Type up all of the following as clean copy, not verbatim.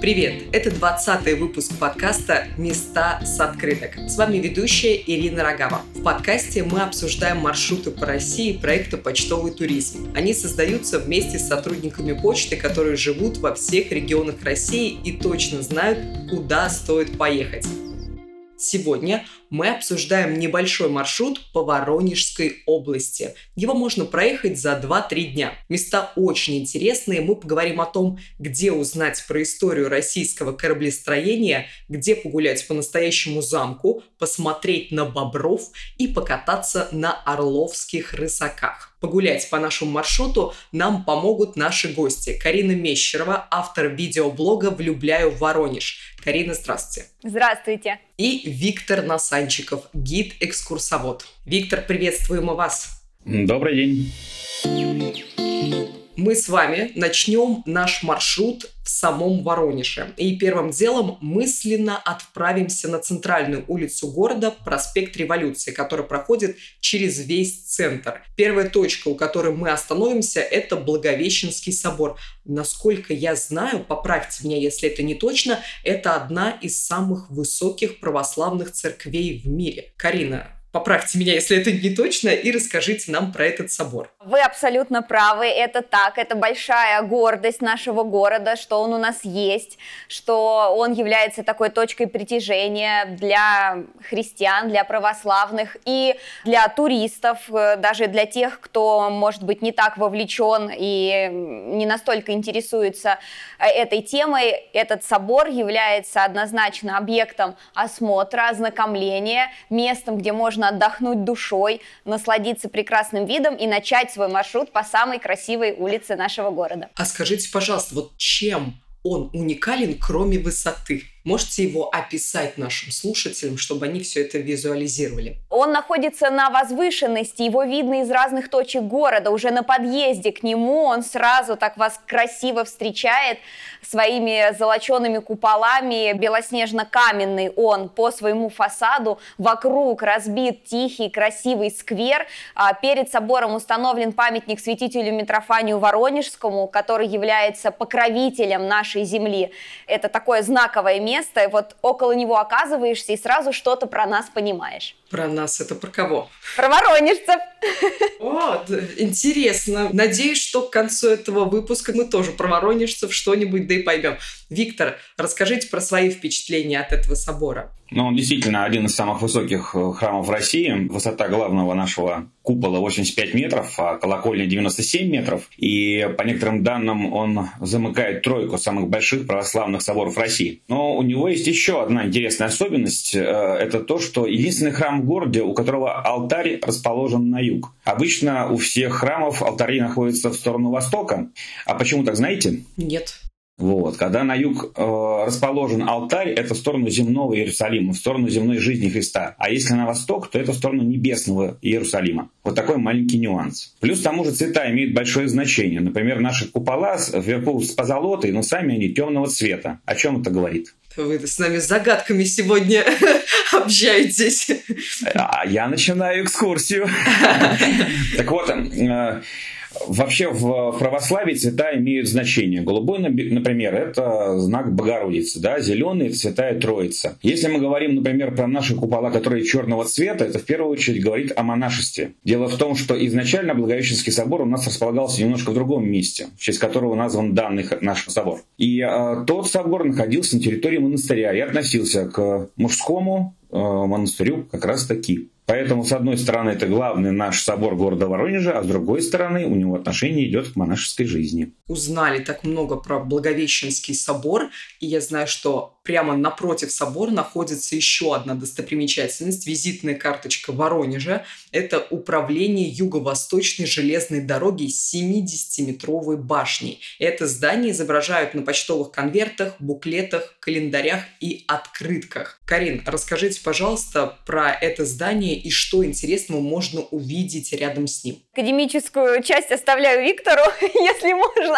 Привет! Это 20-й выпуск подкаста «Места с открыток». С вами ведущая Ирина Рогава. В подкасте мы обсуждаем маршруты по России проекта «Почтовый туризм». Они создаются вместе с сотрудниками почты, которые живут во всех регионах России и точно знают, куда стоит поехать. Сегодня мы обсуждаем небольшой маршрут по Воронежской области. Его можно проехать за 2-3 дня. Места очень интересные. Мы поговорим о том, где узнать про историю российского кораблестроения, где погулять по настоящему замку, посмотреть на бобров и покататься на орловских рысаках. Погулять по нашему маршруту нам помогут наши гости. Карина Мещерова, автор видеоблога «Влюбляю в Воронеж». Карина, здравствуйте. Здравствуйте. И Виктор Насанчиков, гид-экскурсовод. Виктор, приветствуем и вас. Добрый день. Мы с вами начнем наш маршрут в самом Воронеже. И первым делом мысленно отправимся на центральную улицу города, проспект Революции, который проходит через весь центр. Первая точка, у которой мы остановимся, это Благовещенский собор. Насколько я знаю, поправьте меня, если это не точно, это одна из самых высоких православных церквей в мире. Карина, поправьте меня, если это не точно, и расскажите нам про этот собор. Вы абсолютно правы, это так, это большая гордость нашего города, что он у нас есть, что он является такой точкой притяжения для христиан, для православных и для туристов, даже для тех, кто, может быть, не так вовлечен и не настолько интересуется этой темой. Этот собор является однозначно объектом осмотра, ознакомления, местом, где можно отдохнуть душой, насладиться прекрасным видом и начать свой маршрут по самой красивой улице нашего города. А скажите, пожалуйста, вот чем он уникален, кроме высоты? Можете его описать нашим слушателям, чтобы они все это визуализировали? Он находится на возвышенности, его видно из разных точек города. Уже на подъезде к нему он сразу так вас красиво встречает своими золочеными куполами. Белоснежно-каменный он по своему фасаду. Вокруг разбит тихий, красивый сквер. Перед собором установлен памятник святителю Митрофанию Воронежскому, который является покровителем нашей земли. Это такое знаковое место. И вот около него оказываешься и сразу что-то про нас понимаешь. Про нас это про кого? Про воронежцев. Вот, интересно. Надеюсь, что к концу этого выпуска мы тоже про воронежцев что-нибудь да и поймем. Виктор, расскажите про свои впечатления от этого собора. Он действительно один из самых высоких храмов России. Высота главного нашего купола 85 метров, а колокольня 97 метров. И по некоторым данным он замыкает тройку самых больших православных соборов России. Но у него есть еще одна интересная особенность. Это то, что единственный храм в городе, у которого алтарь расположен на юг. Обычно у всех храмов алтари находятся в сторону востока. А почему так, знаете? Нет. Вот. Когда на юг расположен алтарь, это в сторону земного Иерусалима, в сторону земной жизни Христа. А если на восток, то это в сторону небесного Иерусалима. Вот такой маленький нюанс. Плюс к тому же цвета имеют большое значение. Например, наши купола вверху с позолотой, но сами они темного цвета. О чем это говорит? Вы с нами с загадками сегодня общаетесь. А я начинаю экскурсию. Так вот, вообще в православии цвета имеют значение. Голубой, например, это знак Богородицы, да? Зеленый – это Святая Троица. Если мы говорим, например, про наши купола, которые черного цвета, это в первую очередь говорит о монашестве. Дело в том, что изначально Благовещенский собор у нас располагался немножко в другом месте, в честь которого назван данный наш собор. И тот собор находился на территории монастыря и относился к мужскому монастырю как раз таки. Поэтому, с одной стороны, это главный наш собор города Воронежа, а с другой стороны, у него отношение идет к монашеской жизни. Узнали так много про Благовещенский собор, и я знаю, что прямо напротив собора находится еще одна достопримечательность, визитная карточка Воронежа. Это управление Юго-Восточной железной дороги с 70-метровой башней. Это здание изображают на почтовых конвертах, буклетах, календарях и открытках. Карин, расскажите, пожалуйста, про это здание и что интересного можно увидеть рядом с ним. Академическую часть оставляю Виктору, если можно.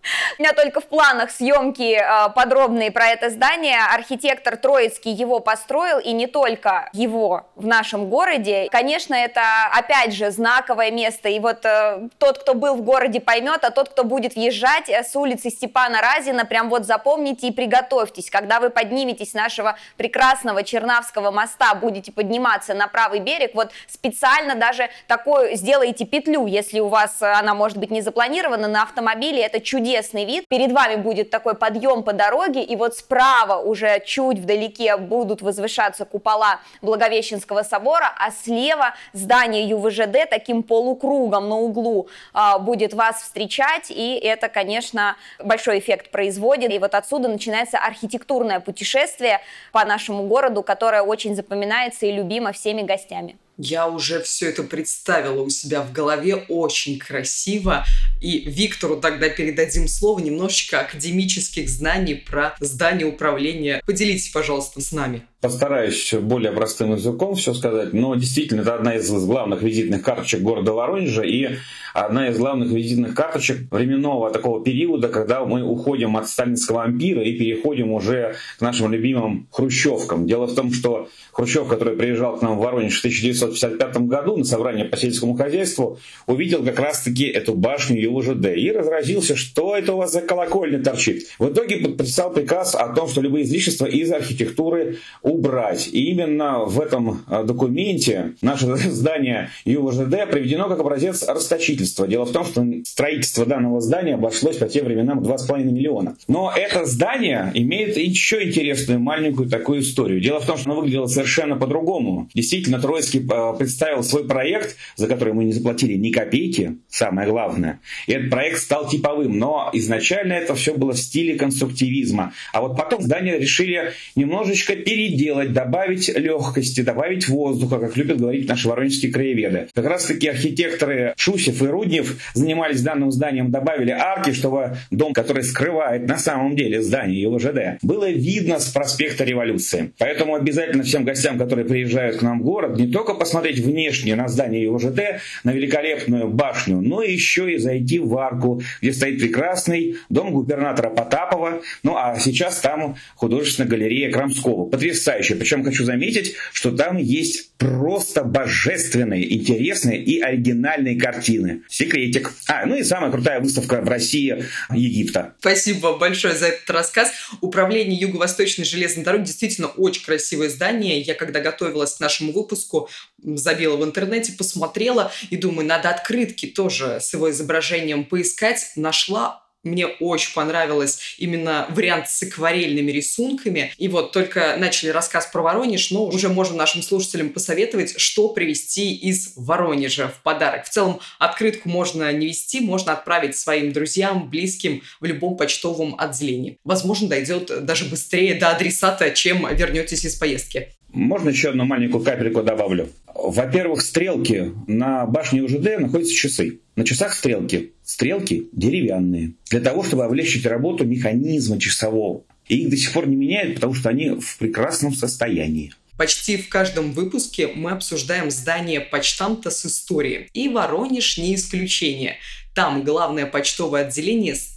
У меня только в планах съемки подробные про это здание. Архитектор Троицкий его построил, и не только его в нашем городе. Конечно, это, опять же, знаковое место. И вот тот, кто был в городе, поймет, а тот, кто будет въезжать с улицы Степана Разина, прям вот запомните и приготовьтесь. Когда вы подниметесь с нашего прекрасного Чернавского моста, будете подниматься на правый берег, вот специально даже такую сделайте петлю, если у вас она, может быть, не запланирована, на автомобиле. Это чудесный вид. Перед вами будет такой подъем по дороге, и вот справа уже чуть вдалеке будут возвышаться купола Благовещенского собора, а слева здание ЮВЖД таким полукругом на углу будет вас встречать, и это, конечно, большой эффект производит. И вот отсюда начинается архитектурное путешествие по нашему городу, которое очень запоминается и любимо всеми гостями. Я уже все это представила у себя в голове, очень красиво. И Виктору тогда передадим слово, немножечко академических знаний про здание управления. Поделитесь, пожалуйста, с нами. Постараюсь более простым языком все сказать, но действительно это одна из главных визитных карточек города Воронежа и одна из главных визитных карточек временного такого периода, когда мы уходим от сталинского ампира и переходим уже к нашим любимым хрущевкам. Дело в том, что Хрущев, который приезжал к нам в Воронеж в 1955 году на собрание по сельскому хозяйству, увидел как раз-таки эту башню ЮВЖД и разразился, что это у вас за колокольня торчит. В итоге подписал приказ о том, что любые излишества из архитектуры убрать. И именно в этом документе наше здание ЮВЖД приведено как образец расточительства. Дело в том, что строительство данного здания обошлось по тем временам 2,5 миллиона. Но это здание имеет еще интересную маленькую такую историю. Дело в том, что оно выглядело совершенно по-другому. Действительно, Троицкий представил свой проект, за который мы не заплатили ни копейки, самое главное. И этот проект стал типовым, но изначально это все было в стиле конструктивизма. А вот потом здание решили немножечко переделать, добавить легкости, добавить воздуха, как любят говорить наши воронежские краеведы. Как раз таки архитекторы Шусев и Руднев занимались данным зданием, добавили арки, чтобы дом, который скрывает на самом деле здание ЮВЖД, было видно с проспекта Революции. Поэтому обязательно всем гостям, которые приезжают к нам в город, не только посмотреть внешне на здание ЮВЖД, на великолепную башню, но еще и зайти в арку, где стоит прекрасный дом губернатора Потапова. Ну а сейчас там художественная галерея Крамского. Потрясающе. Причем хочу заметить, что там есть просто божественные, интересные и оригинальные картины. Секретик. Ну и самая крутая выставка в России Египта. Спасибо большое за этот рассказ. Управление Юго-Восточной железной дороги действительно очень красивое здание. Я когда готовилась к нашему выпуску, забила в интернете, посмотрела и думаю, надо открытки тоже с его изображением поискать. Нашла. Мне очень понравилось именно вариант с акварельными рисунками. И вот только начали рассказ про Воронеж, но уже можем нашим слушателям посоветовать, что привезти из Воронежа в подарок. В целом, открытку можно не везти, можно отправить своим друзьям, близким в любом почтовом отделении. Возможно, дойдет даже быстрее до адресата, чем вернетесь из поездки. Можно еще одну маленькую капельку добавлю? Во-первых, стрелки на башне ЮВЖД находятся часы. На часах стрелки. Стрелки деревянные. Для того, чтобы облегчить работу механизма часового. И их до сих пор не меняют, потому что они в прекрасном состоянии. Почти в каждом выпуске мы обсуждаем здание почтамта с историей. И Воронеж не исключение. Там главное почтовое отделение с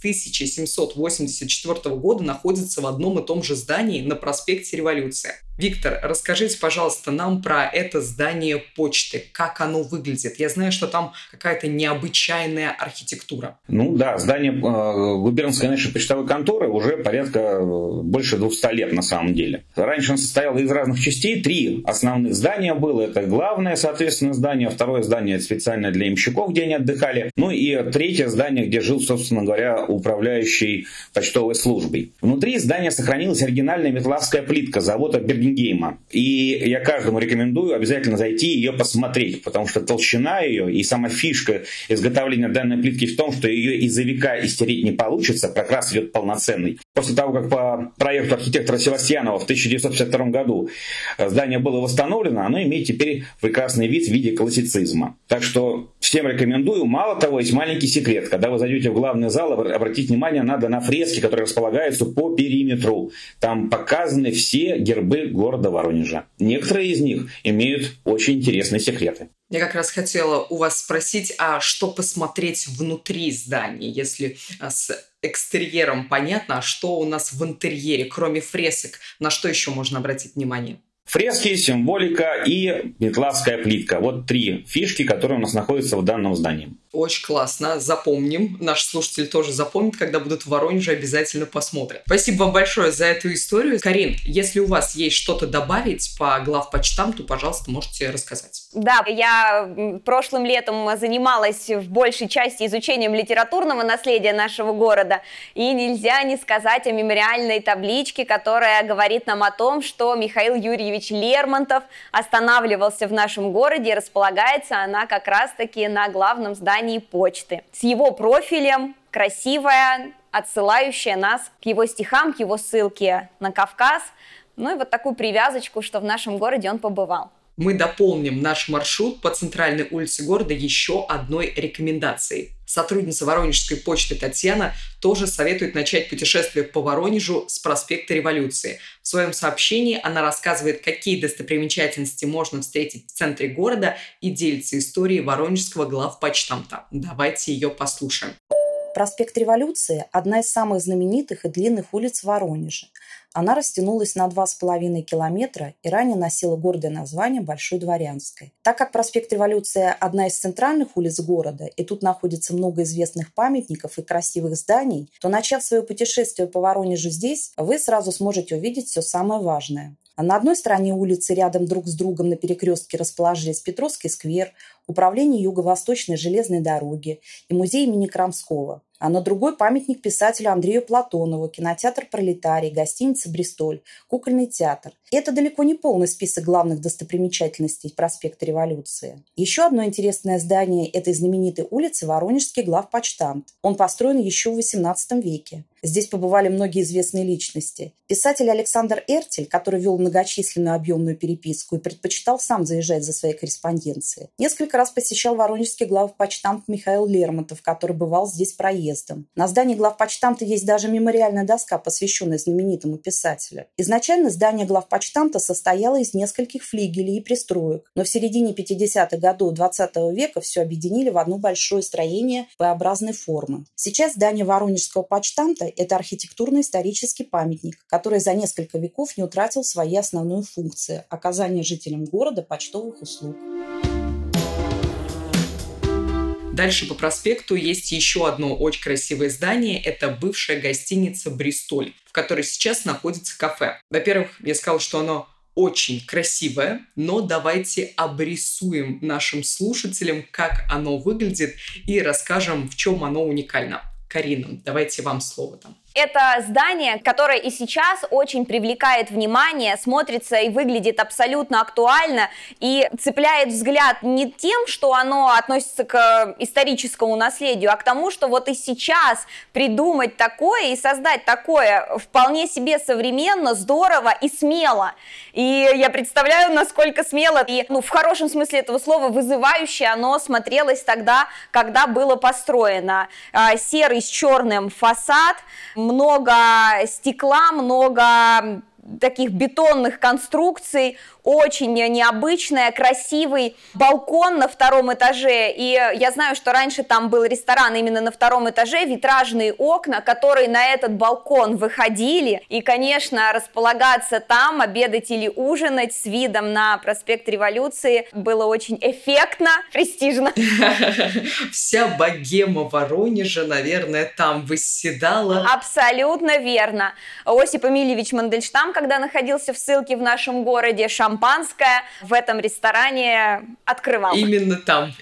1784 года находится в одном и том же здании на проспекте Революции. Виктор, расскажите, пожалуйста, нам про это здание почты. Как оно выглядит? Я знаю, что там какая-то необычайная архитектура. Ну да, здание губернской нашей почтовой конторы уже порядка больше 200 лет на самом деле. Раньше он состоял из разных частей. 3 основных здания было. Это главное, соответственно, здание. Второе здание специально для ямщиков, где они отдыхали. Ну и третье здание, где жил, собственно говоря, управляющий почтовой службой. Внутри здания сохранилась оригинальная металловская плитка завода Бергенгейма. И я каждому рекомендую обязательно зайти и ее посмотреть, потому что толщина ее и сама фишка изготовления данной плитки в том, что ее из-за века истереть не получится, прокрас идет полноценный. После того, как по проекту архитектора Севастьянова в 1952 году здание было восстановлено, оно имеет теперь прекрасный вид в виде классицизма. Так что всем рекомендую. Мало того, есть маленький секрет. Когда вы зайдете в главный зал, обратите внимание надо на фрески, которые располагаются по периметру. Там показаны все гербы города Воронежа. Некоторые из них имеют очень интересные секреты. Я как раз хотела у вас спросить, а что посмотреть внутри здания, если с экстерьером понятно, а что у нас в интерьере, кроме фресок, на что еще можно обратить внимание? Фрески, символика и метлавская плитка. Вот 3 фишки, которые у нас находятся в данном здании. Очень классно, запомним. Наши слушатели тоже запомнят, когда будут в Воронеже, обязательно посмотрят. Спасибо вам большое за эту историю. Карин, если у вас есть что-то добавить по главпочтамту, пожалуйста, можете рассказать. Да, я прошлым летом занималась в большей части изучением литературного наследия нашего города, и нельзя не сказать о мемориальной табличке, которая говорит нам о том, что Михаил Юрьевич Лермонтов останавливался в нашем городе, и располагается она как раз-таки на главном здании почты. С его профилем, красивая, отсылающая нас к его стихам, к его ссылке на Кавказ, ну и вот такую привязочку, что в нашем городе он побывал. Мы дополним наш маршрут по центральной улице города еще одной рекомендацией. Сотрудница Воронежской почты Татьяна тоже советует начать путешествие по Воронежу с проспекта Революции. В своем сообщении она рассказывает, какие достопримечательности можно встретить в центре города, и делится историей воронежского главпочтамта. Давайте ее послушаем. Проспект Революции – одна из самых знаменитых и длинных улиц Воронежа. Она растянулась на 2,5 километра и ранее носила гордое название Большой Дворянской. Так как проспект Революции – одна из центральных улиц города, и тут находится много известных памятников и красивых зданий, то, начав свое путешествие по Воронежу здесь, вы сразу сможете увидеть все самое важное. На одной стороне улицы рядом друг с другом на перекрестке расположились Петровский сквер, Управление Юго-Восточной железной дороги и музей имени Крамского. А на другой памятник писателю Андрею Платонову, кинотеатр «Пролетарий», гостиница «Бристоль», кукольный театр. И это далеко не полный список главных достопримечательностей проспекта Революции. Еще одно интересное здание этой знаменитой улицы – Воронежский главпочтамт. Он построен еще в XVIII веке. Здесь побывали многие известные личности. Писатель Александр Эртель, который вел многочисленную объемную переписку и предпочитал сам заезжать за своей корреспонденцией. Несколько раз посещал Воронежский главпочтамт Михаил Лермонтов, который бывал здесь проездом. На здании главпочтамта есть даже мемориальная доска, посвященная знаменитому писателю. Изначально здание главпочтамта состояло из нескольких флигелей и пристроек, но в середине 50-х годов XX века все объединили в одно большое строение П-образной формы. Сейчас здание Воронежского почтамта – это архитектурно-исторический памятник, который за несколько веков не утратил свои основные функции – оказание жителям города почтовых услуг. Дальше по проспекту есть еще одно очень красивое здание. Это бывшая гостиница «Бристоль», в которой сейчас находится кафе. Во-первых, я сказала, что оно очень красивое, но давайте обрисуем нашим слушателям, как оно выглядит, и расскажем, в чем оно уникально. Карина, давайте вам слово там. Это здание, которое и сейчас очень привлекает внимание, смотрится и выглядит абсолютно актуально и цепляет взгляд не тем, что оно относится к историческому наследию, а к тому, что вот и сейчас придумать такое и создать такое вполне себе современно, здорово и смело. И я представляю, насколько смело и, в хорошем смысле этого слова, вызывающе оно смотрелось тогда, когда было построено. Серый с черным фасад, много стекла, много таких бетонных конструкций, очень необычная, красивый балкон на 2-м этаже, и я знаю, что раньше там был ресторан именно на 2-м этаже, витражные окна, которые на этот балкон выходили, и, конечно, располагаться там, обедать или ужинать с видом на проспект Революции было очень эффектно, престижно. Вся богема Воронежа, наверное, там восседала. Абсолютно верно. Осип Эмильевич Мандельштам, когда находился в ссылке в нашем городе, шампанское в этом ресторане открывал. Именно там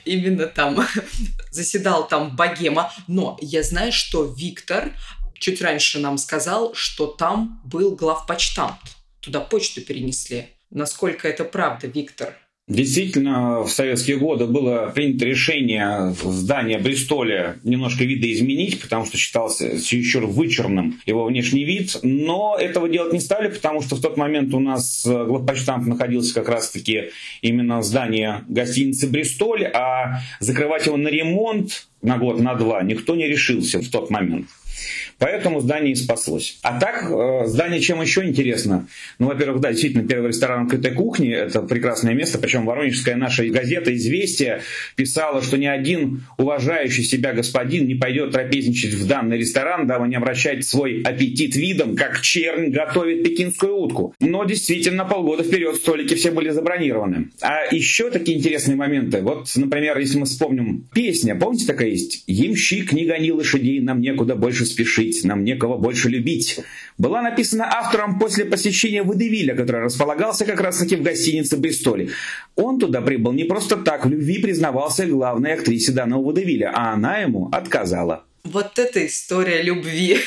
заседал там богема. Но я знаю, что Виктор чуть раньше нам сказал, что там был главпочтамт. Туда почту перенесли. Насколько это правда, Виктор? Действительно, в советские годы было принято решение здания Бристоля немножко видоизменить, потому что считался чересчур вычурным его внешний вид. Но этого делать не стали, потому что в тот момент у нас главпочтамт находился как раз-таки именно в здании гостиницы «Бристоль», а закрывать его на ремонт на год, на два никто не решился в тот момент. Поэтому здание и спаслось. А так, здание чем еще интересно? Ну, во-первых, да, действительно, первый ресторан открытой кухни – это прекрасное место. Причем воронежская наша газета «Известия» писала, что ни один уважающий себя господин не пойдет трапезничать в данный ресторан, дабы не обращать свой аппетит видом, как чернь готовит пекинскую утку. Но действительно, полгода вперед столики все были забронированы. А еще такие интересные моменты. Вот, например, если мы вспомним песня, помните, такая есть? «Ямщик, не гони лошадей, нам некуда больше спешить, нам некого больше любить». Была написана автором после посещения Водевиля, который располагался как раз-таки в гостинице «Бристоль». Он туда прибыл не просто так, в любви признавался главной актрисе данного Водевиля, а она ему отказала. Вот это история любви.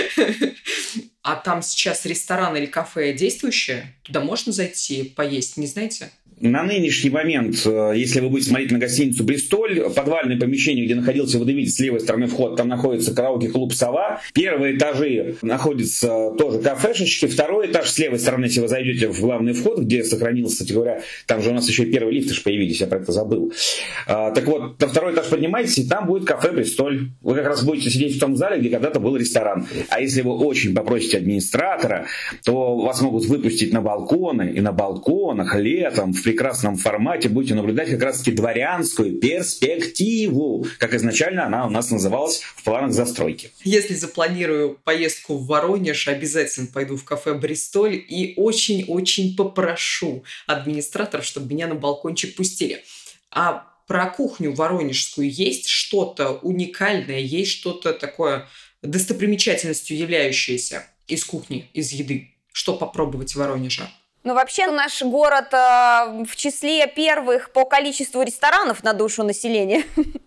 А там сейчас ресторан или кафе действующее? Туда можно зайти поесть, не знаете? На нынешний момент, если вы будете смотреть на гостиницу «Бристоль», подвальное помещение, где находился Водевиль, с левой стороны вход, там находится караоке-клуб «Сова». Первые этажи находятся тоже кафешечки. Второй этаж с левой стороны, если вы зайдете в главный вход, где сохранился, кстати говоря, там же у нас еще и первые лифты появились, я про это забыл. Так вот, на второй этаж поднимаетесь, и там будет кафе «Бристоль». Вы как раз будете сидеть в том зале, где когда-то был ресторан. А если вы очень попросите администратора, то вас могут выпустить на балконы, и на балконах летом в прекрасном формате будете наблюдать как раз-таки дворянскую перспективу, как изначально она у нас называлась в планах застройки. Если запланирую поездку в Воронеж, обязательно пойду в кафе «Бристоль» и очень-очень попрошу администраторов, чтобы меня на балкончик пустили. А про кухню воронежскую есть что-то уникальное, есть что-то такое достопримечательностью являющееся из кухни, из еды? Что попробовать в Воронеже? Ну, вообще, наш город в числе первых по количеству ресторанов на душу населения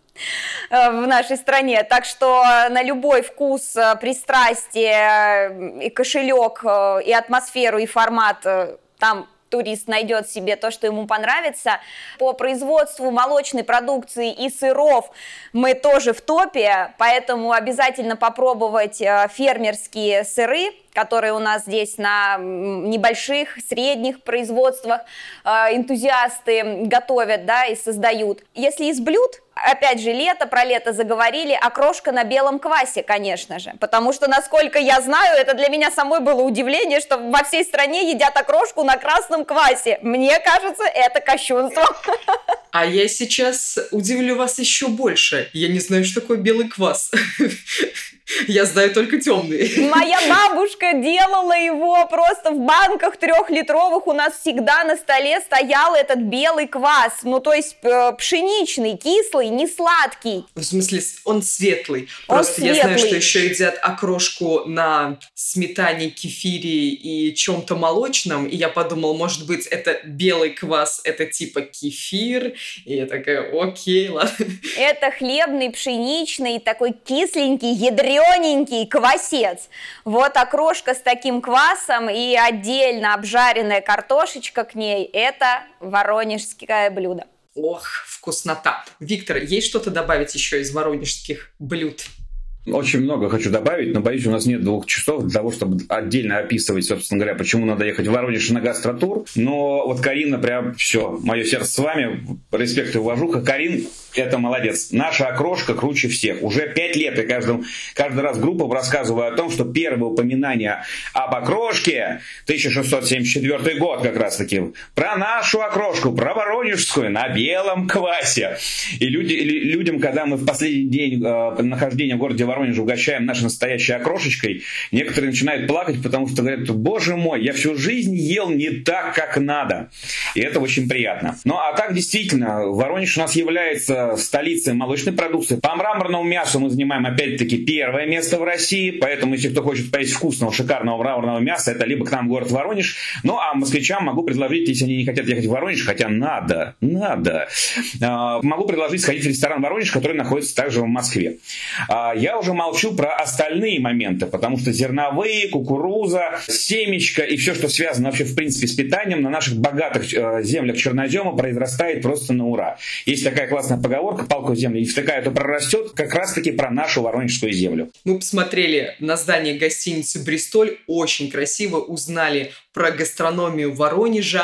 в нашей стране. Так что на любой вкус, пристрастие, и кошелек, и атмосферу, и формат там турист найдет себе то, что ему понравится. По производству молочной продукции и сыров мы тоже в топе, поэтому обязательно попробовать фермерские сыры, которые у нас здесь на небольших, средних производствах энтузиасты готовят, да, и создают. Если из блюд, опять же, про лето заговорили, окрошка на белом квасе, конечно же, потому что, насколько я знаю, это для меня самой было удивление, что во всей стране едят окрошку на красном квасе. Мне кажется, это кощунство. А я сейчас удивлю вас еще больше. Я не знаю, что такое белый квас. Я знаю только темный. Моя бабушка делала его просто в банках 3-литровых. У нас всегда на столе стоял этот белый квас. Ну, то есть пшеничный, кислый, не сладкий. В смысле, он светлый. Просто я знаю, что еще едят окрошку на сметане, кефире и чем-то молочном. И я подумала, может быть, это белый квас, это типа кефир. И я такая, окей, ладно. Это хлебный, пшеничный, такой кисленький, ядрёненький квасец. Вот окрошка с таким квасом и отдельно обжаренная картошечка к ней – это воронежское блюдо. Ох, вкуснота. Виктор, есть что-то добавить еще из воронежских блюд? Очень много хочу добавить, но, боюсь, у нас нет 2 часов для того, чтобы отдельно описывать, собственно говоря, почему надо ехать в Воронеж на гастротур. Но вот Карина прям все, мое сердце с вами, респект и уважуха. Карин, это молодец. Наша окрошка круче всех. Уже 5 лет я каждый раз группам рассказываю о том, что первое упоминание об окрошке 1674 год как раз таки про нашу окрошку, про воронежскую на белом квасе. И людям, когда мы в последний день нахождения в городе Воронеже угощаем нашей настоящей окрошечкой, некоторые начинают плакать, потому что говорят, боже мой, я всю жизнь ел не так, как надо. И это очень приятно. Ну а так действительно, Воронеж у нас является столицей молочной продукции. По мраморному мясу мы занимаем опять-таки первое место в России, поэтому если кто хочет поесть вкусного, шикарного мраморного мяса, это либо к нам в город Воронеж, ну а москвичам могу предложить, если они не хотят ехать в Воронеж, хотя надо, могу предложить сходить в ресторан Воронеж, который находится также в Москве. Я уже молчу про остальные моменты, потому что зерновые, кукуруза, семечко и все, что связано вообще в принципе с питанием на наших богатых землях чернозема произрастает просто на ура. Есть такая классная поговорка, палку в землю не втыкая, то прорастет, как раз таки про нашу воронежскую землю. Мы посмотрели на здание гостиницы «Бристоль», очень красиво узнали про гастрономию Воронежа.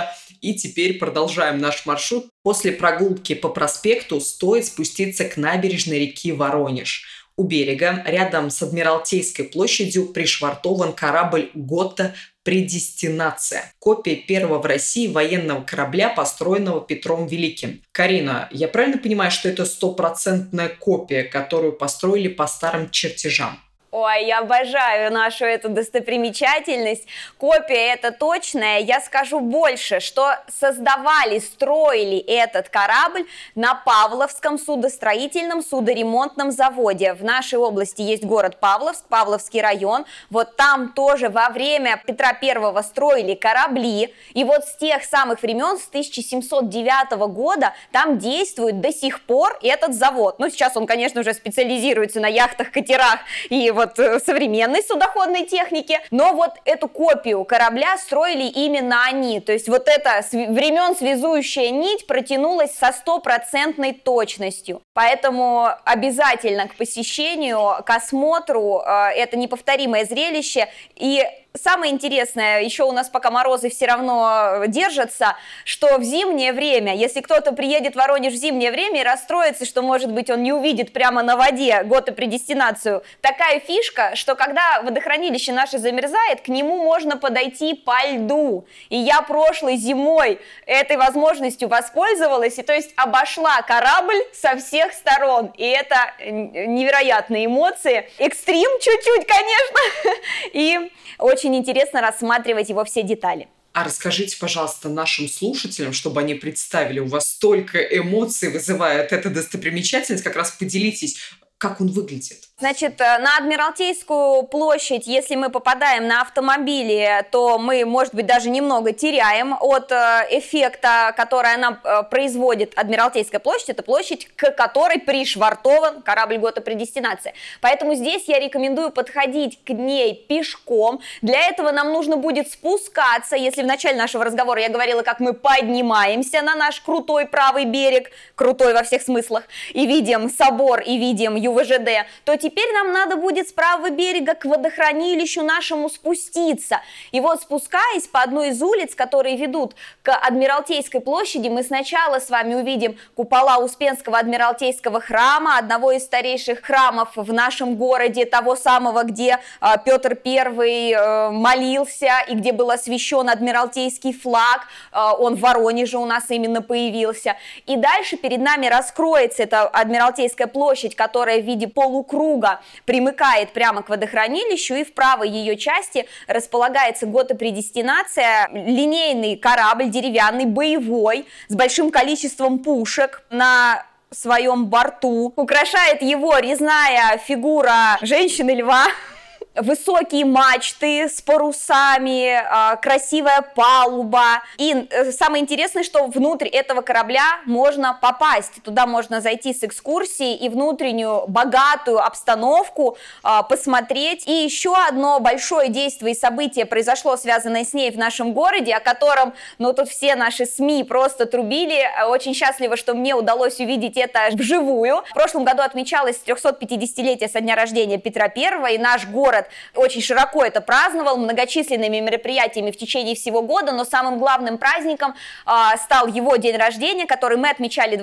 И теперь продолжаем наш маршрут. После прогулки по проспекту стоит спуститься к набережной реки Воронеж. У берега, рядом с Адмиралтейской площадью, пришвартован корабль «Гота Предестинация». Копия первого в России военного корабля, построенного Петром Великим. Карина, я правильно понимаю, что это 100% копия, которую построили по старым чертежам? Ой, я обожаю нашу эту достопримечательность. Копия это точная. Я скажу больше, что создавали, строили этот корабль на Павловском судостроительном судоремонтном заводе. В нашей области есть город Павловск, Павловский район. Вот там тоже во время Петра Первого строили корабли. И вот с тех самых времен, с 1709 года, там действует до сих пор этот завод. Ну, сейчас он, конечно, уже специализируется на яхтах, катерах и вот современной судоходной техники, но вот эту копию корабля строили именно они, то есть вот эта времен связующая нить протянулась со 100% точностью, поэтому обязательно к посещению, к осмотру, это неповторимое зрелище. И самое интересное, еще у нас пока морозы все равно держатся, что в зимнее время, если кто-то приедет в Воронеж в зимнее время и расстроится, что, может быть, он не увидит прямо на воде Гота Предестинацию, такая фишка, что когда водохранилище наше замерзает, к нему можно подойти по льду. И я прошлой зимой этой возможностью воспользовалась, и то есть обошла корабль со всех сторон. И это невероятные эмоции. Экстрим чуть-чуть, конечно, и очень интересно рассматривать его все детали. А расскажите, пожалуйста, нашим слушателям, чтобы они представили, у вас столько эмоций вызывает эта достопримечательность, как раз поделитесь, как он выглядит. Значит, на Адмиралтейскую площадь, если мы попадаем на автомобиле, то мы, может быть, даже немного теряем от эффекта, который она производит. Адмиралтейская площадь – это площадь, к которой пришвартован корабль Гота Предестинация. Поэтому здесь я рекомендую подходить к ней пешком. Для этого нам нужно будет спускаться. Если в начале нашего разговора я говорила, как мы поднимаемся на наш крутой правый берег, крутой во всех смыслах, и видим собор, и видим ЮВЖД, то теперь нам надо будет с правого берега к водохранилищу нашему спуститься. И вот спускаясь по одной из улиц, которые ведут к Адмиралтейской площади, мы сначала с вами увидим купола Успенского Адмиралтейского храма, одного из старейших храмов в нашем городе, того самого, где Петр I молился и где был освящен Адмиралтейский флаг. Он в Воронеже у нас именно появился. И дальше перед нами раскроется эта Адмиралтейская площадь, которая в виде полукруга примыкает прямо к водохранилищу, и в правой ее части располагается Гота Предестинация, линейный корабль, деревянный, боевой, с большим количеством пушек на своем борту. Украшает его резная фигура женщины-льва. Высокие мачты с парусами, красивая палуба. И самое интересное, что внутрь этого корабля можно попасть. Туда можно зайти с экскурсией и внутреннюю богатую обстановку посмотреть. И еще одно большое действие и событие произошло, связанное с ней в нашем городе, о котором, ну, тут все наши СМИ просто трубили. Очень счастлива, что мне удалось увидеть это вживую. В прошлом году отмечалось 350-летие со дня рождения Петра Первого, и наш город очень широко это праздновал, многочисленными мероприятиями в течение всего года, но самым главным праздником стал его день рождения, который мы отмечали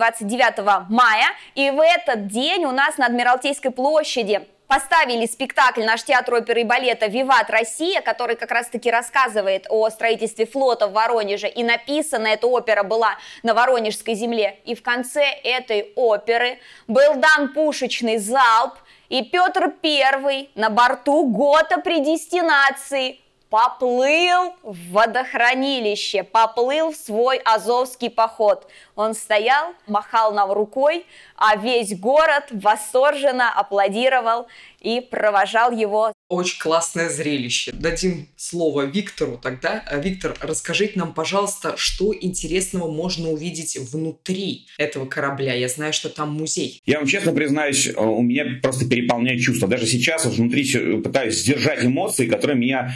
29 мая, и в этот день у нас на Адмиралтейской площади поставили спектакль наш театр оперы и балета «Виват Россия», который как раз-таки рассказывает о строительстве флота в Воронеже, и написана эта опера была на Воронежской земле. И в конце этой оперы был дан пушечный залп, и Петр I на борту Гота Предестинации поплыл в водохранилище, поплыл в свой Азовский поход. Он стоял, махал нам рукой, а весь город восторженно аплодировал и провожал его. Очень классное зрелище. Дадим слово Виктору тогда. Виктор, расскажите нам, пожалуйста, что интересного можно увидеть внутри этого корабля? Я знаю, что там музей. Я вам честно признаюсь, у меня просто переполняет чувство. Даже сейчас вот внутри пытаюсь сдержать эмоции, которые меня начинают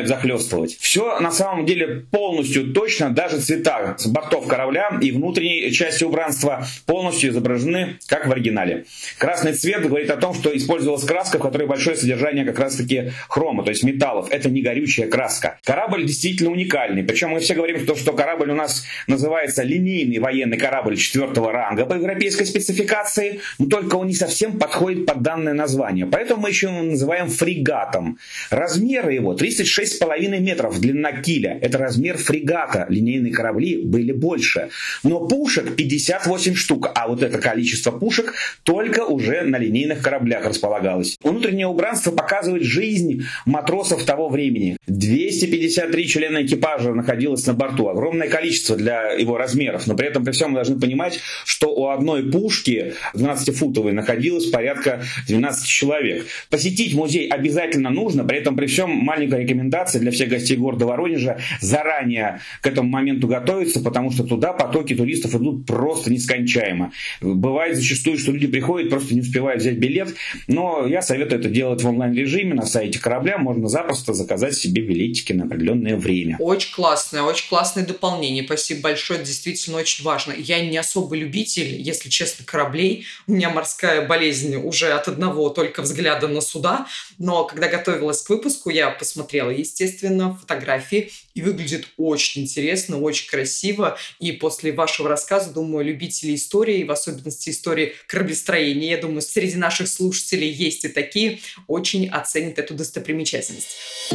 начинают захлестывать. Все на самом деле полностью точно, даже цвета с бортов корабля и внутренней части убранства полностью изображены, как в оригинале. Красный цвет говорит о том, что использовалась краска, в которой большое содержание как раз-таки хрома, то есть металлов. Это не горючая краска. Корабль действительно уникальный. Причем мы все говорим, что корабль у нас называется линейный военный корабль 4-го ранга по европейской спецификации, но только он не совсем подходит под данное название. Поэтому мы еще его называем фрегатом. Размеры его 36,5 метров, длина киля. Это размер фрегата. Линейные корабли были больше. Но пушек 58 штук, а вот это количество пушек только уже на линейных кораблях располагалось. Внутреннее убранство показывает жизнь матросов того времени. 253 члена экипажа находилось на борту. Огромное количество для его размеров. Но при этом при всем мы должны понимать, что у одной пушки 12-футовой находилось порядка 12 человек. Посетить музей обязательно нужно. При этом при всем маленькая рекомендация для всех гостей города Воронежа: заранее к этому моменту готовиться, потому что туда потоки туристов идут просто нескончаемо. Бывает зачастую, что люди приходят, просто не успевают взять билет. Но я советую это делать в онлайн-режиме на сайте корабля. Можно запросто заказать себе билетики на определенное время. Очень классное дополнение. Спасибо большое, это действительно очень важно. Я не особо любитель, если честно, кораблей. У меня морская болезнь уже от одного только взгляда на суда. Но когда готовилась к выпуску, я посмотрела, естественно, фотографии. И выглядит очень интересно, очень красиво. И после вашего рассказа, думаю, любители истории, в особенности истории кораблестроения, я думаю, среди наших слушателей есть и такие, очень оценят эту достопримечательность.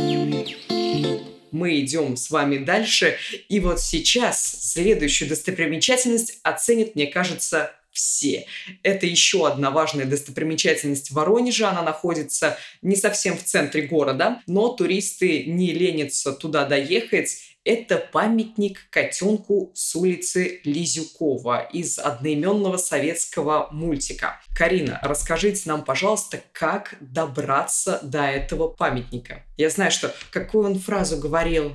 Мы идем с вами дальше. И вот сейчас следующую достопримечательность оценят, мне кажется, все. Это еще одна важная достопримечательность Воронежа. Она находится не совсем в центре города, но туристы не ленятся туда доехать. Это памятник котенку с улицы Лизюкова из одноименного советского мультика. Карина, расскажите нам, пожалуйста, как добраться до этого памятника. Я знаю, что какую он фразу говорил.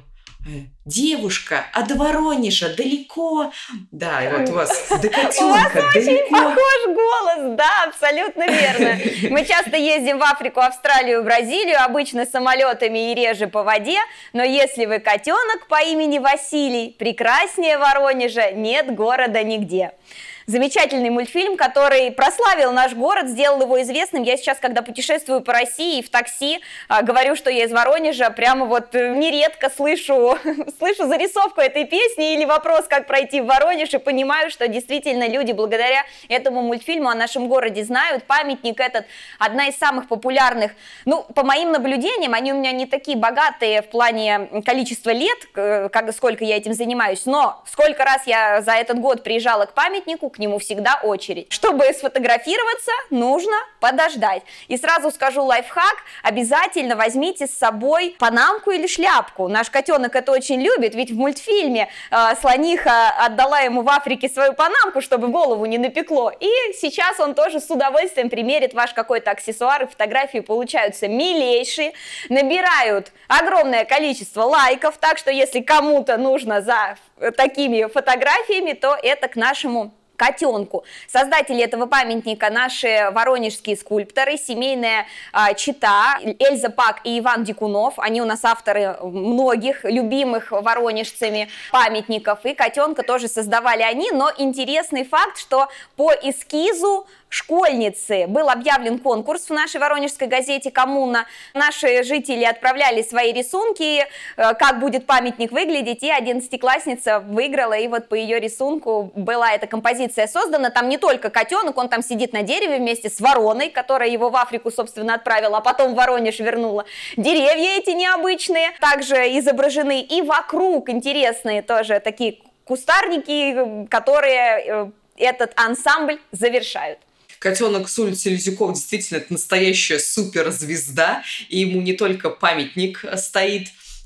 Девушка, а до Воронежа далеко. Да, и вот у вас до котенка У вас далеко. очень похож голос, да, абсолютно верно. Мы часто ездим в Африку, Австралию, Бразилию, обычно самолетами и реже по воде, но если вы котенок по имени Василий, прекраснее Воронежа нет города нигде. Замечательный мультфильм, который прославил наш город, сделал его известным. Я сейчас, когда путешествую по России и в такси, говорю, что я из Воронежа, прямо вот нередко слышу зарисовку этой песни или вопрос, как пройти в Воронеж, и понимаю, что действительно люди благодаря этому мультфильму о нашем городе знают. Памятник этот одна из самых популярных. Ну, по моим наблюдениям, они у меня не такие богатые в плане количества лет, сколько я этим занимаюсь, но сколько раз я за этот год приезжала к памятнику, к нему всегда очередь. Чтобы сфотографироваться, нужно подождать. И сразу скажу лайфхак: обязательно возьмите с собой панамку или шляпку. Наш котенок это очень любит, ведь в мультфильме слониха отдала ему в Африке свою панамку, чтобы голову не напекло. И сейчас он тоже с удовольствием примерит ваш какой-то аксессуар, и фотографии получаются милейшие, набирают огромное количество лайков, так что если кому-то нужно за такими фотографиями, то это к нашему котенку. Создатели этого памятника наши воронежские скульпторы, семейная чета Эльза Пак и Иван Дикунов. Они у нас авторы многих любимых воронежцами памятников, и котенка тоже создавали они. Но интересный факт, что по эскизу школьницы был объявлен конкурс в нашей воронежской газете «Коммуна». Наши жители отправляли свои рисунки, как будет памятник выглядеть, и 11-классница выиграла, и вот по ее рисунку была эта композиция создана. Там не только котенок, он там сидит на дереве вместе с вороной, которая его в Африку, собственно, отправила, а потом в Воронеж вернула. Деревья эти необычные также изображены, и вокруг интересные тоже такие кустарники, которые этот ансамбль завершают. Котенок с улицы Лизюков действительно это настоящая суперзвезда, и ему не только памятник стоит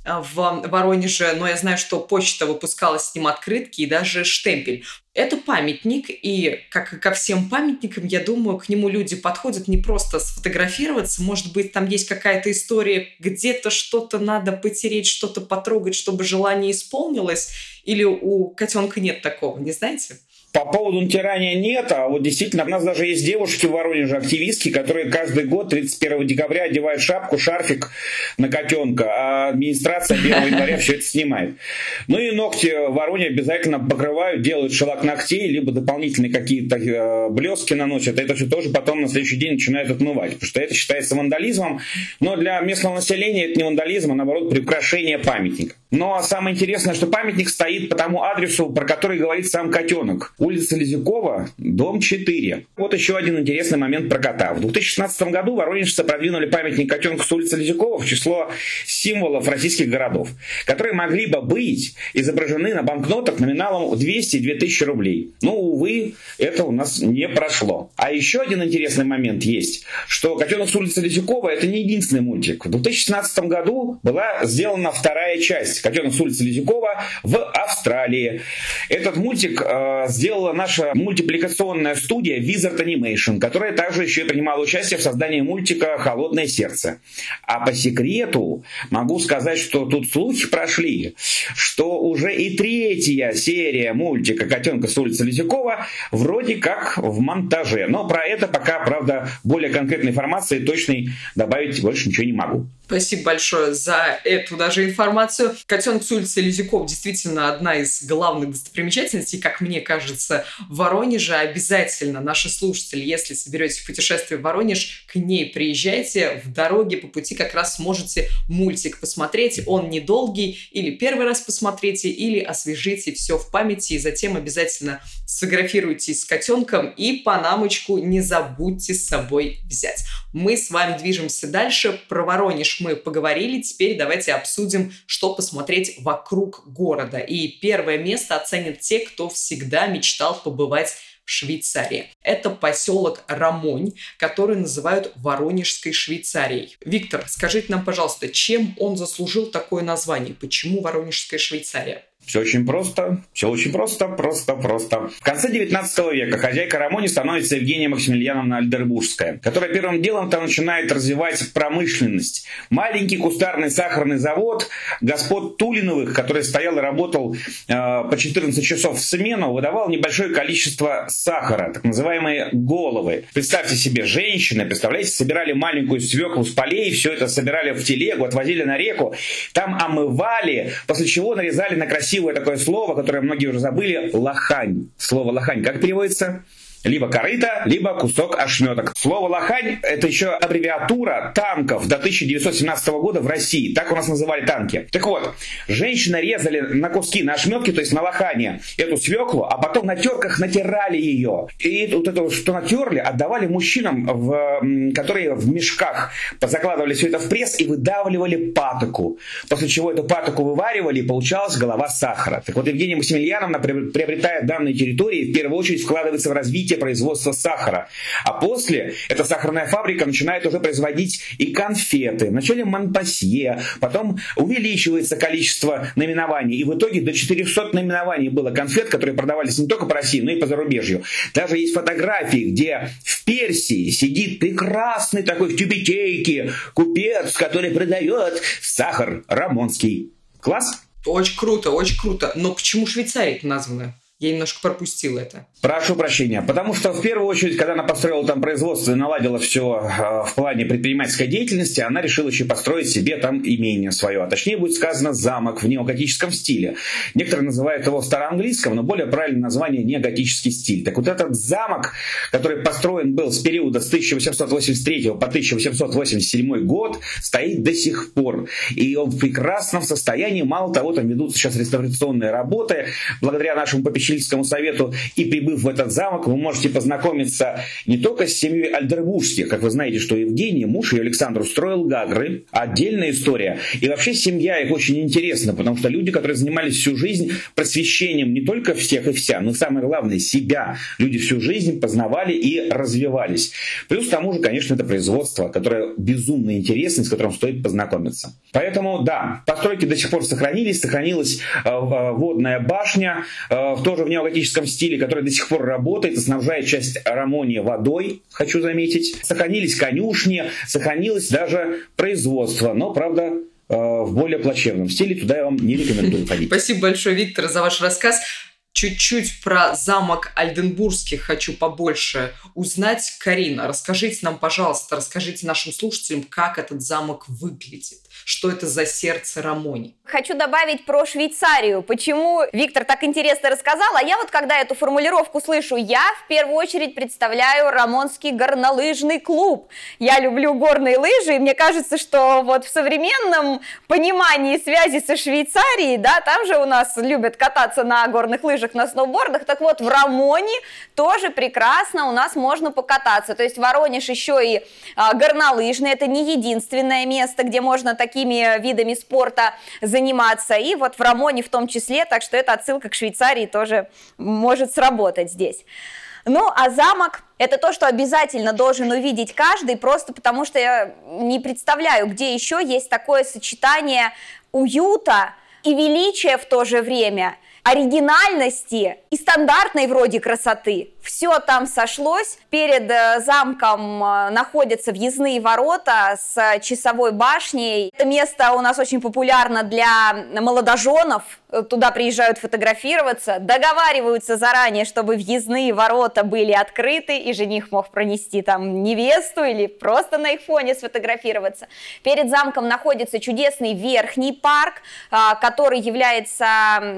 в Воронеже, но я знаю, что почта выпускала с ним открытки и даже штемпель. Это памятник, и, как и ко всем памятникам, я думаю, к нему люди подходят не просто сфотографироваться, может быть, там есть какая-то история, где-то что-то надо потереть, что-то потрогать, чтобы желание исполнилось, или у котенка нет такого, не знаете? По поводу натирания нет, а вот действительно у нас даже есть девушки в Воронеже, активистки, которые каждый год 31 декабря одевают шапку, шарфик на котенка, а администрация 1 января все это снимает. Ну и ногти в Воронеже обязательно покрывают, делают шелок ногтей, либо дополнительные какие-то блески наносят. Это все тоже потом на следующий день начинают отмывать, потому что это считается вандализмом. Но для местного населения это не вандализм, а наоборот приукрашение памятника. Но самое интересное, что памятник стоит по тому адресу, про который говорит сам котенок. Улица Лизюкова, дом 4. Вот еще один интересный момент про кота. В 2016 году воронежцы продвинули памятник котенку с улицы Лизюкова в число символов российских городов, которые могли бы быть изображены на банкнотах номиналом 200 и 2000 рублей. Но, увы, это у нас не прошло. А еще один интересный момент есть, что «Котенок с улицы Лизюкова» — это не единственный мультик. В 2016 году была сделана вторая часть «Котенок с улицы Лизюкова» в Австралии. Этот мультик сделала наша мультипликационная студия Wizard Animation, которая также еще и принимала участие в создании мультика «Холодное сердце». А по секрету могу сказать, что тут слухи прошли, что уже и 3-я серия мультика «Котенка с улицы Лизюкова» вроде как в монтаже. Но про это пока, правда, более конкретной информации точной добавить больше ничего не могу. Спасибо большое за эту даже информацию. «Котенок с улицы Лизюков» действительно одна из главных достопримечательностей, как мне кажется, в Воронеже. Обязательно наши слушатели, если соберетесь в путешествие в Воронеж, к ней приезжайте. В дороге по пути как раз сможете мультик посмотреть. Он недолгий. Или первый раз посмотрите, или освежите все в памяти. И затем обязательно сфотографируйтесь с котенком и панамочку не забудьте с собой взять. Мы с вами движемся дальше. Про Воронеж мы поговорили. Теперь давайте обсудим, что посмотреть вокруг города. И первое место оценят те, кто всегда мечтал побывать в Швейцарии. Это поселок Ромонь, который называют Воронежской Швейцарией. Виктор, скажите нам, пожалуйста, чем он заслужил такое название? Почему Воронежская Швейцария? Все очень просто. В конце 19 века хозяйка Ромони становится Евгения Максимилиановна Альдербургская, которая первым делом там начинает развивать промышленность. Маленький кустарный сахарный завод господ Тулиновых, который стоял и работал по 14 часов в смену, выдавал небольшое количество сахара, так называемые головы. Представьте себе, женщины, представляете, собирали маленькую свеклу с полей, все это собирали в телегу, отвозили на реку, там омывали, после чего нарезали на красивое такое слово, которое многие уже забыли, лохань. Слово лохань как переводится? Либо корыто, либо кусок ошметок. Слово «лохань» — это еще аббревиатура танков до 1917 года в России. Так у нас называли танки. Так вот, женщины резали на куски, на ошметки, то есть на лохане, эту свеклу, а потом на терках натирали ее. И вот это, что натерли, отдавали мужчинам, которые в мешках закладывали все это в пресс и выдавливали патоку. После чего эту патоку вываривали, и получалась голова сахара. Так вот, Евгения Максимилиановна, приобретая данные территории, в первую очередь вкладывается в развитие производства сахара. А после эта сахарная фабрика начинает уже производить и конфеты. Вначале Монпасье, потом увеличивается количество наименований. И в итоге до 400 наименований было конфет, которые продавались не только по России, но и по зарубежью. Даже есть фотографии, где в Персии сидит прекрасный такой в тюбетейке купец, который продает сахар ромонский. Класс? Очень круто, очень круто. Но почему Швейцария-то названа? Я немножко пропустил это. Прошу прощения. Потому что, в первую очередь, когда она построила там производство и наладила все в плане предпринимательской деятельности, она решила еще построить себе там имение свое. А точнее будет сказано замок в неоготическом стиле. Некоторые называют его староанглийским, но более правильное название неоготический стиль. Так вот этот замок, который построен был с периода с 1883 по 1887 год, стоит до сих пор. И он в прекрасном состоянии. Мало того, там ведутся сейчас реставрационные работы. Благодаря нашему попечительскому совету и прибыв в этот замок, вы можете познакомиться не только с семьей Альдербургских, как вы знаете, что Евгений, муж ее Александр, устроил Гагры, отдельная история. И вообще семья их очень интересна, потому что люди, которые занимались всю жизнь просвещением не только всех и вся, но самое главное, себя. Люди всю жизнь познавали и развивались. Плюс к тому же, конечно, это производство, которое безумно интересно, с которым стоит познакомиться. Поэтому, да, постройки до сих пор сохранились, сохранилась водная башня, тоже в неоготическом стиле, который до сих пор работает и снабжает часть Ромонии водой, хочу заметить. Сохранились конюшни, сохранилось даже производство, но, правда, в более плачевном стиле. Туда я вам не рекомендую ходить. Спасибо большое, Виктор, за ваш рассказ. Чуть-чуть про замок Ольденбургских хочу побольше узнать. Карина, расскажите нам, пожалуйста, расскажите нашим слушателям, как этот замок выглядит. Что это за сердце Рамони? Хочу добавить про Швейцарию. Почему Виктор так интересно рассказал, а я вот когда эту формулировку слышу, я в первую очередь представляю Рамонский горнолыжный клуб. Я люблю горные лыжи, и мне кажется, что вот в современном понимании связи со Швейцарией, да, там же у нас любят кататься на горных лыжах, на сноубордах, так вот в Рамоне тоже прекрасно у нас можно покататься. То есть Воронеж еще и горнолыжный, это не единственное место, где можно такими видами спорта заниматься, и вот в Рамоне в том числе, так что эта отсылка к Швейцарии тоже может сработать здесь. Ну, а замок – это то, что обязательно должен увидеть каждый, просто потому что я не представляю, где еще есть такое сочетание уюта и величия в то же время, оригинальности и стандартной вроде красоты. Все там сошлось. Перед замком находятся въездные ворота с часовой башней. Это место у нас очень популярно для молодоженов. Туда приезжают фотографироваться, договариваются заранее, чтобы въездные ворота были открыты, и жених мог пронести там невесту или просто на их фоне сфотографироваться. Перед замком находится чудесный верхний парк, который является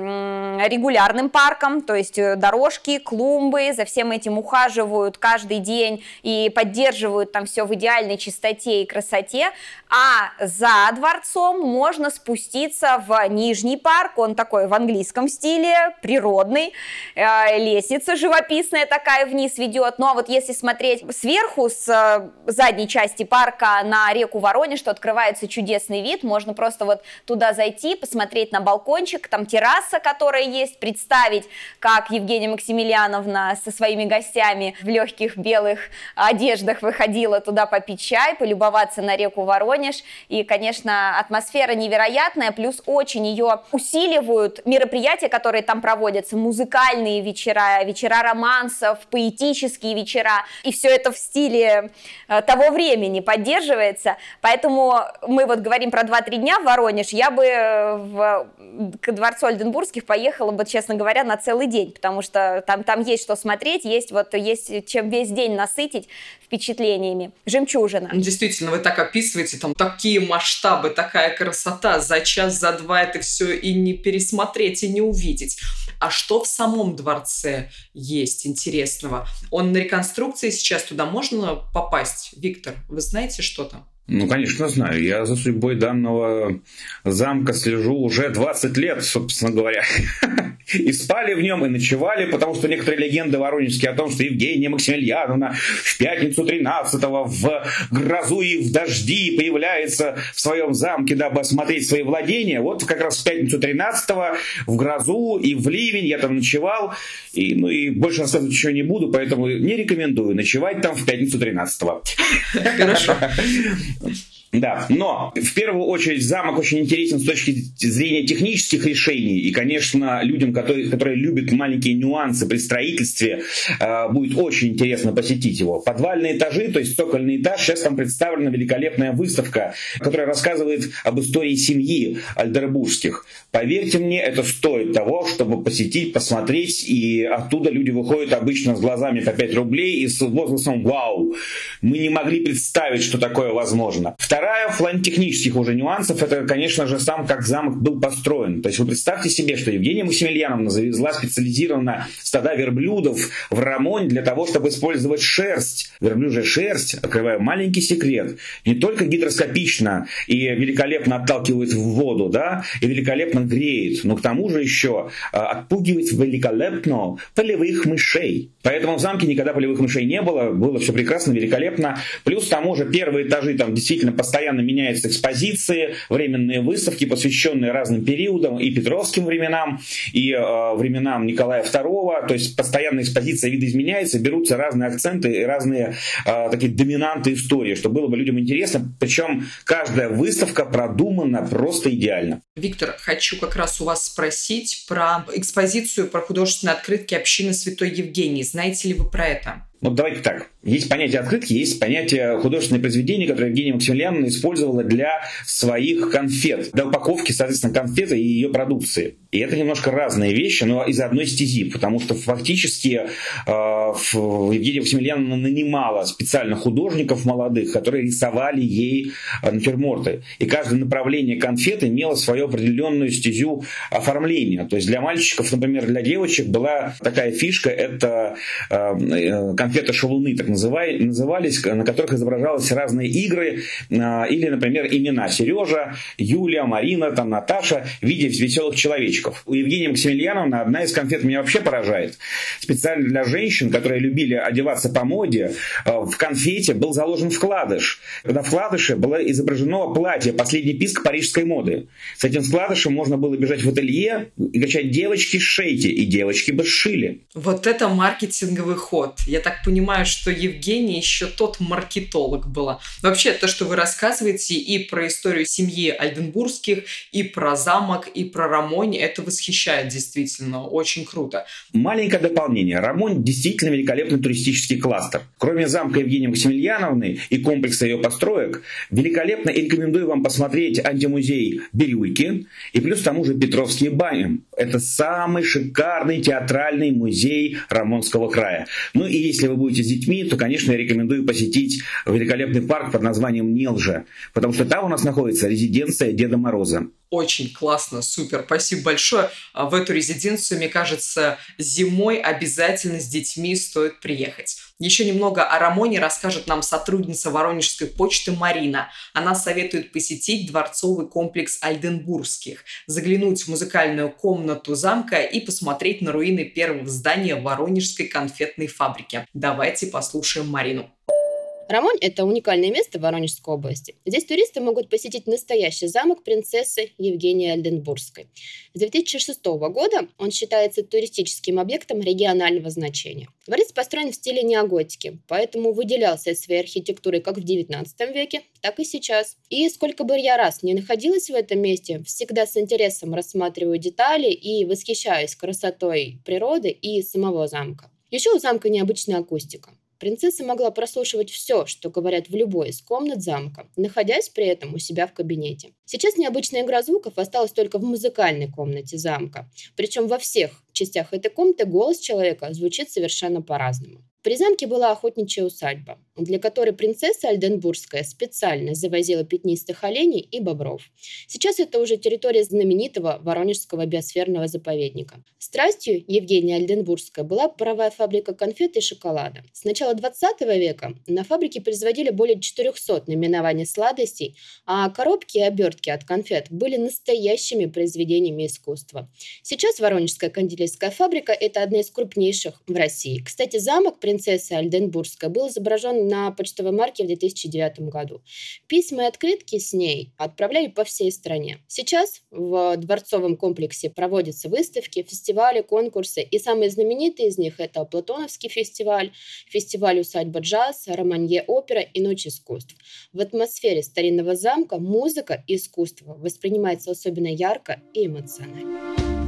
регулярным парком, то есть дорожки, клумбы, за всем этим ухаживают каждый день и поддерживают там все в идеальной чистоте и красоте, а за дворцом можно спуститься в нижний парк, он такой в английском стиле, природный, лестница живописная такая вниз ведет, ну а вот если смотреть сверху с задней части парка на реку Воронеж, то открывается чудесный вид, можно просто вот туда зайти, посмотреть на балкончик, там терраса, которая есть, представить, как Евгения Максимилиановна со своими гостями в легких белых одеждах выходила туда попить чай, полюбоваться на реку Воронеж. И, конечно, атмосфера невероятная, плюс очень ее усиливают мероприятия, которые там проводятся, музыкальные вечера, вечера романсов, поэтические вечера. И все это в стиле того времени поддерживается. Поэтому мы вот говорим про 2-3 дня в Воронеж, я бы к дворцу Ольденбургских поехала бы, честно говоря, на целый день, потому что там есть что смотреть, есть чем весь день насытить впечатлениями. Жемчужина. Действительно, вы так описываете, там такие масштабы, такая красота, за час, за два это все и не пересмотреть, и не увидеть. А что в самом дворце есть интересного? Он на реконструкции сейчас, туда можно попасть? Виктор, вы знаете, что там? Ну, конечно, знаю. Я за судьбой данного замка слежу уже 20 лет, собственно говоря. И спали в нем, и ночевали, потому что некоторые легенды воронежские о том, что Евгения Максимилиановна в пятницу 13-го в грозу и в дожди появляется в своем замке, дабы осмотреть свои владения. Вот как раз в пятницу 13-го в грозу и в ливень я там ночевал. И больше рассказывать еще не буду, поэтому не рекомендую ночевать там в пятницу 13-го. Хорошо. Да, но в первую очередь замок очень интересен с точки зрения технических решений. И, конечно, людям, которые любят маленькие нюансы при строительстве, будет очень интересно посетить его. Подвальные этажи, то есть цокольный этаж, сейчас там представлена великолепная выставка, которая рассказывает об истории семьи Ольденбургских. Поверьте мне, это стоит того, чтобы посетить, посмотреть, и оттуда люди выходят обычно с глазами по 5 рублей и с возгласом «Вау!». Мы не могли представить, что такое возможно. Вторая, в плане технических уже нюансов, это, конечно же, сам, как замок был построен. То есть вы представьте себе, что Евгения Максимилиановна завезла специализированно стада верблюдов в Рамонь для того, чтобы использовать шерсть. Верблюжья шерсть, открываю маленький секрет, не только гидроскопично и великолепно отталкивает в воду, да, и великолепно греет, но к тому же еще отпугивает великолепно полевых мышей. Поэтому в замке никогда полевых мышей не было, было все прекрасно, великолепно. Плюс к тому же первые этажи там действительно постоянно меняются экспозиции, временные выставки, посвященные разным периодам, и петровским временам, и временам Николая II. То есть постоянно экспозиция видоизменяется, берутся разные акценты и разные такие доминанты истории, что было бы людям интересно. Причем каждая выставка продумана просто идеально. Виктор, хочу как раз у вас спросить про экспозицию, про художественные открытки общины Святой Евгении. Знаете ли вы про это? Вот давайте так. Есть понятие открытки, есть понятие художественное произведение, которое Евгения Максимилиановна использовала для своих конфет, для упаковки, соответственно, конфеты и ее продукции. И это немножко разные вещи, но из одной стези, потому что фактически Евгения Максимилиановна нанимала специально художников молодых, которые рисовали ей натюрморты. И каждое направление конфет имело свою определенную стезю оформления. То есть для мальчиков, например, для девочек была такая фишка, это конфеты-шалуны, так назывались, на которых изображались разные игры или, например, имена Сережа, Юлия, Марина, там, Наташа в виде веселых человечков. У Евгении Максимилиановны одна из конфет меня вообще поражает. Специально для женщин, которые любили одеваться по моде, в конфете был заложен вкладыш. На вкладыше было изображено платье «Последний писк парижской моды». С этим вкладышем можно было бежать в ателье и кричать: «Девочки, сшейте!» И девочки бы сшили. Вот это маркетинговый ход. Я так понимаю, что Евгения еще тот маркетолог была. Вообще, то, что вы рассказываете и про историю семьи Альденбургских, и про замок, и про Рамонь, это восхищает действительно. Очень круто. Маленькое дополнение. Рамонь действительно великолепный туристический кластер. Кроме замка Евгении Максимилиановны и комплекса ее построек, великолепно и рекомендую вам посмотреть антимузей Бирюйки и плюс к тому же Петровские бани. Это самый шикарный театральный музей Рамонского края. Ну и если вы будете с детьми, то, конечно, я рекомендую посетить великолепный парк под названием Нелжа, потому что там у нас находится резиденция Деда Мороза. Очень классно, супер, спасибо большое. В эту резиденцию, мне кажется, зимой обязательно с детьми стоит приехать. Еще немного о Рамоне расскажет нам сотрудница Воронежской почты Марина. Она советует посетить дворцовый комплекс Альденбургских, заглянуть в музыкальную комнату замка и посмотреть на руины первого здания Воронежской конфетной фабрики. Давайте послушаем Марину. Рамонь – это уникальное место в Воронежской области. Здесь туристы могут посетить настоящий замок принцессы Евгении Альденбургской. С 2006 года он считается туристическим объектом регионального значения. Дворец построен в стиле неоготики, поэтому выделялся своей архитектурой как в XIX веке, так и сейчас. И сколько бы я раз не находилась в этом месте, всегда с интересом рассматриваю детали и восхищаюсь красотой природы и самого замка. Еще у замка необычная акустика. Принцесса могла прослушивать все, что говорят в любой из комнат замка, находясь при этом у себя в кабинете. Сейчас необычная игра звуков осталась только в музыкальной комнате замка. Причем во всех частях этой комнаты голос человека звучит совершенно по-разному. При замке была охотничья усадьба, для которой принцесса Альденбургская специально завозила пятнистых оленей и бобров. Сейчас это уже территория знаменитого Воронежского биосферного заповедника. Страстью Евгении Альденбургской была паровая фабрика конфет и шоколада. С начала 20 века на фабрике производили более 400 наименований сладостей, а коробки и обертки от конфет были настоящими произведениями искусства. Сейчас Воронежская кондитерская фабрика – это одна из крупнейших в России. Кстати, замок принцессы Альденбургской был изображен на почтовой марке в 2009 году. Письма и открытки с ней отправляли по всей стране. Сейчас в дворцовом комплексе проводятся выставки, фестивали, конкурсы, и самые знаменитые из них – это Платоновский фестиваль, фестиваль «Усадьба джаз», «Романье опера» и «Ночь искусств». В атмосфере старинного замка музыка и искусство воспринимается особенно ярко и эмоционально.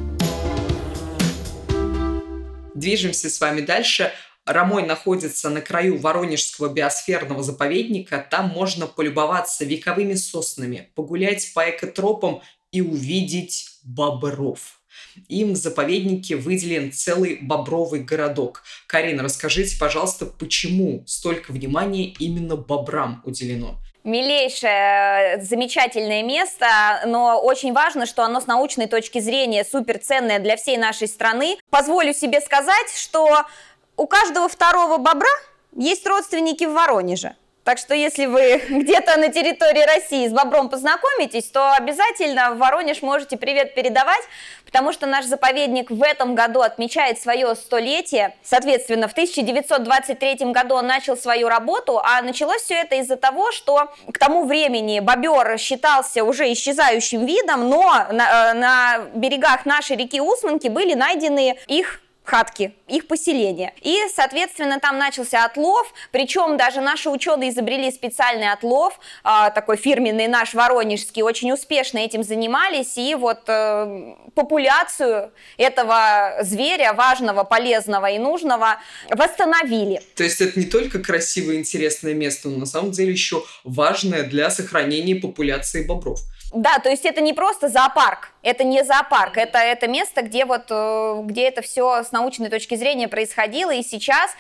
Движемся с вами дальше. Рамонь находится на краю Воронежского биосферного заповедника. Там можно полюбоваться вековыми соснами, погулять по экотропам и увидеть бобров. Им в заповеднике выделен целый бобровый городок. Карина, расскажите, пожалуйста, почему столько внимания именно бобрам уделено? Милейшее, замечательное место, но очень важно, что оно с научной точки зрения суперценное для всей нашей страны. Позволю себе сказать, что у каждого второго бобра есть родственники в Воронеже. Так что если вы где-то на территории России с бобром познакомитесь, то обязательно в Воронеж можете привет передавать, потому что наш заповедник в этом году отмечает свое 100-летие. Соответственно, в 1923 году он начал свою работу, а началось все это из-за того, что к тому времени бобер считался уже исчезающим видом, но на берегах нашей реки Усманки были найдены их хатки, их поселения. И, соответственно, там начался отлов, причем даже наши ученые изобрели специальный отлов, такой фирменный наш воронежский, очень успешно этим занимались, и вот популяцию этого зверя, важного, полезного и нужного, восстановили. То есть это не только красивое и интересное место, но на самом деле еще важное для сохранения популяции бобров. Да, то есть это не просто зоопарк, Это не зоопарк, это место, где где это все с научной точки зрения происходило, и сейчас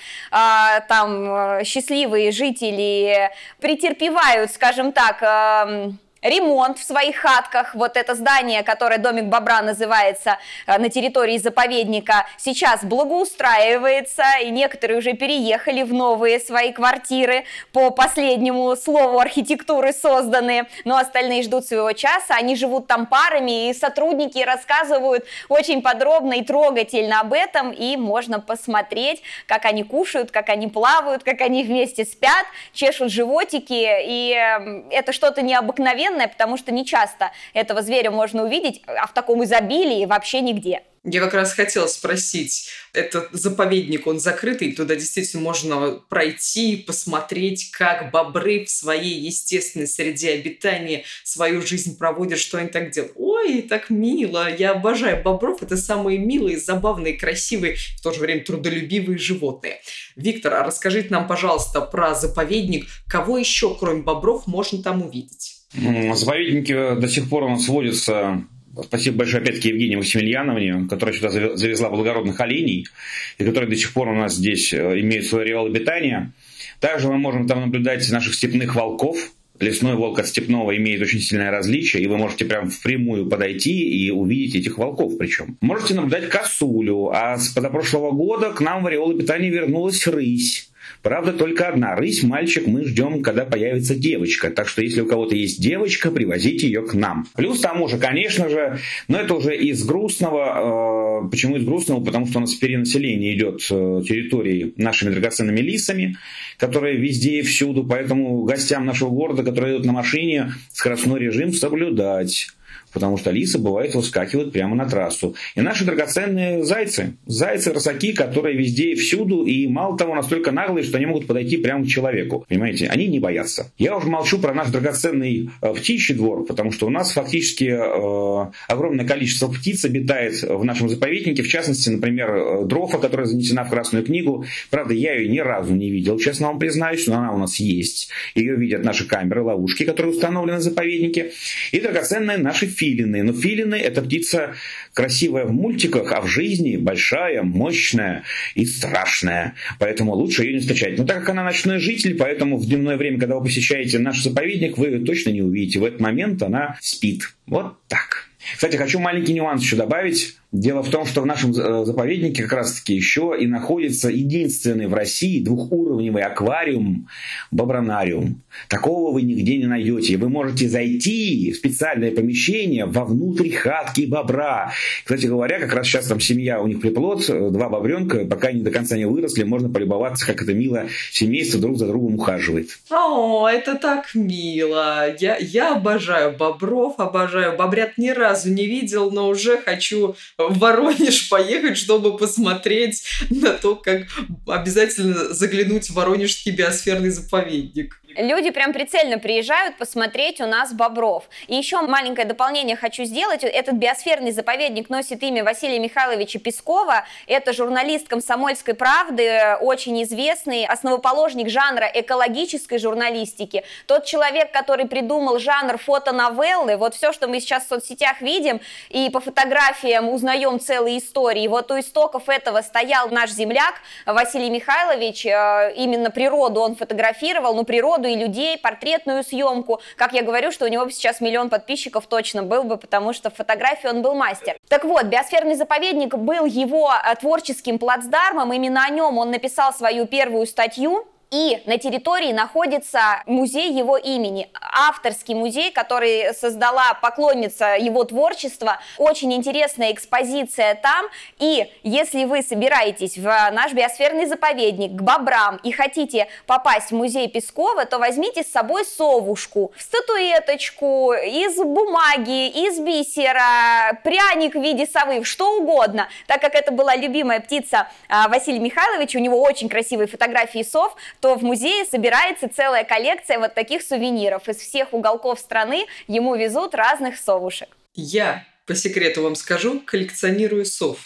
там счастливые жители претерпевают, скажем так, ремонт в своих хатках. Вот это здание, которое домик бобра называется, на территории заповедника, сейчас благоустраивается, и некоторые уже переехали в новые свои квартиры, по последнему слову архитектуры созданные, но остальные ждут своего часа. Они живут там парами, и сотрудники рассказывают очень подробно и трогательно об этом, и можно посмотреть, как они кушают, как они плавают, как они вместе спят, чешут животики, и это что-то необыкновенное, потому что не часто этого зверя можно увидеть, а в таком изобилии вообще нигде. Я как раз хотела спросить, этот заповедник, он закрытый, туда действительно можно пройти, посмотреть, как бобры в своей естественной среде обитания свою жизнь проводят, что они так делают. Ой, так мило, я обожаю бобров, это самые милые, забавные, красивые, в то же время трудолюбивые животные. Виктор, а расскажите нам, пожалуйста, про заповедник, кого еще, кроме бобров, можно там увидеть? Заповедники до сих пор у нас водятся. Спасибо большое, опять-таки, Евгении Максимiliановне, которая сюда завезла благородных оленей, и которые до сих пор у нас здесь имеют свой ареал обитания. Также мы можем там наблюдать наших степных волков. Лесной волк от степного имеет очень сильное различие, и вы можете прям впрямую подойти и увидеть этих волков причем. Можете наблюдать косулю, а с позапрошлого года к нам в ареал обитания вернулась рысь. Правда, только одна рысь, мальчик, мы ждем, когда появится девочка. Так что, если у кого-то есть девочка, привозите ее к нам. Плюс тому же, конечно же, но это уже из грустного. Почему из грустного? Потому что у нас перенаселение идет территории нашими драгоценными лисами, которые везде и всюду. Поэтому гостям нашего города, которые идут на машине, скоростной режим соблюдать. Потому что лисы, бывает, выскакивают прямо на трассу. И наши драгоценные зайцы-рысаки, которые везде и всюду, и мало того, настолько наглые, что они могут подойти прямо к человеку. Понимаете, они не боятся. Я уже молчу про наш драгоценный птичий двор, потому что у нас фактически огромное количество птиц обитает в нашем заповеднике. В частности, например, дрофа, которая занесена в Красную книгу. Правда, я ее ни разу не видел, честно вам признаюсь, но она у нас есть. Ее видят наши камеры, ловушки, которые установлены в заповеднике. И драгоценные наши филины. Но филины – это птица красивая в мультиках, а в жизни большая, мощная и страшная. Поэтому лучше ее не встречать. Но так как она ночной житель, поэтому в дневное время, когда вы посещаете наш заповедник, вы ее точно не увидите. В этот момент она спит. Вот так. Кстати, хочу маленький нюанс еще добавить. Дело в том, что в нашем заповеднике как раз-таки еще и находится единственный в России двухуровневый аквариум бобронариум. Такого вы нигде не найдете. Вы можете зайти в специальное помещение вовнутрь хатки бобра. Кстати говоря, как раз сейчас там семья у них приплод, 2 бобренка, пока они до конца не выросли, можно полюбоваться, как это мило семейство друг за другом ухаживает. О, это так мило. Я обожаю бобров, обожаю. Бобрят ни разу не видел, но уже хочу в Воронеж поехать, чтобы посмотреть на то, как обязательно заглянуть в Воронежский биосферный заповедник. Люди прям прицельно приезжают посмотреть у нас бобров. И еще маленькое дополнение хочу сделать. Этот биосферный заповедник носит имя Василия Михайловича Пескова. Это журналист «Комсомольской правды», очень известный основоположник жанра экологической журналистики. Тот человек, который придумал жанр фотоновеллы. Вот все, что мы сейчас в соцсетях видим, и по фотографиям узнаем целые истории. Вот у истоков этого стоял наш земляк Василий Михайлович. Именно природу он фотографировал, но природу и людей, портретную съемку. Как я говорю, что у него сейчас 1 миллион подписчиков точно был бы, потому что в фотографии он был мастер. Так вот, биосферный заповедник был его творческим плацдармом, именно о нем он написал свою первую статью. И на территории находится музей его имени, авторский музей, который создала поклонница его творчества. Очень интересная экспозиция там. И если вы собираетесь в наш биосферный заповедник к бобрам и хотите попасть в музей Пескова, то возьмите с собой совушку, статуэточку из бумаги, из бисера, пряник в виде совы, что угодно. Так как это была любимая птица Василия Михайловича, у него очень красивые фотографии сов, то в музее собирается целая коллекция вот таких сувениров. Из всех уголков страны ему везут разных совушек. Я, по секрету вам скажу, коллекционирую сов.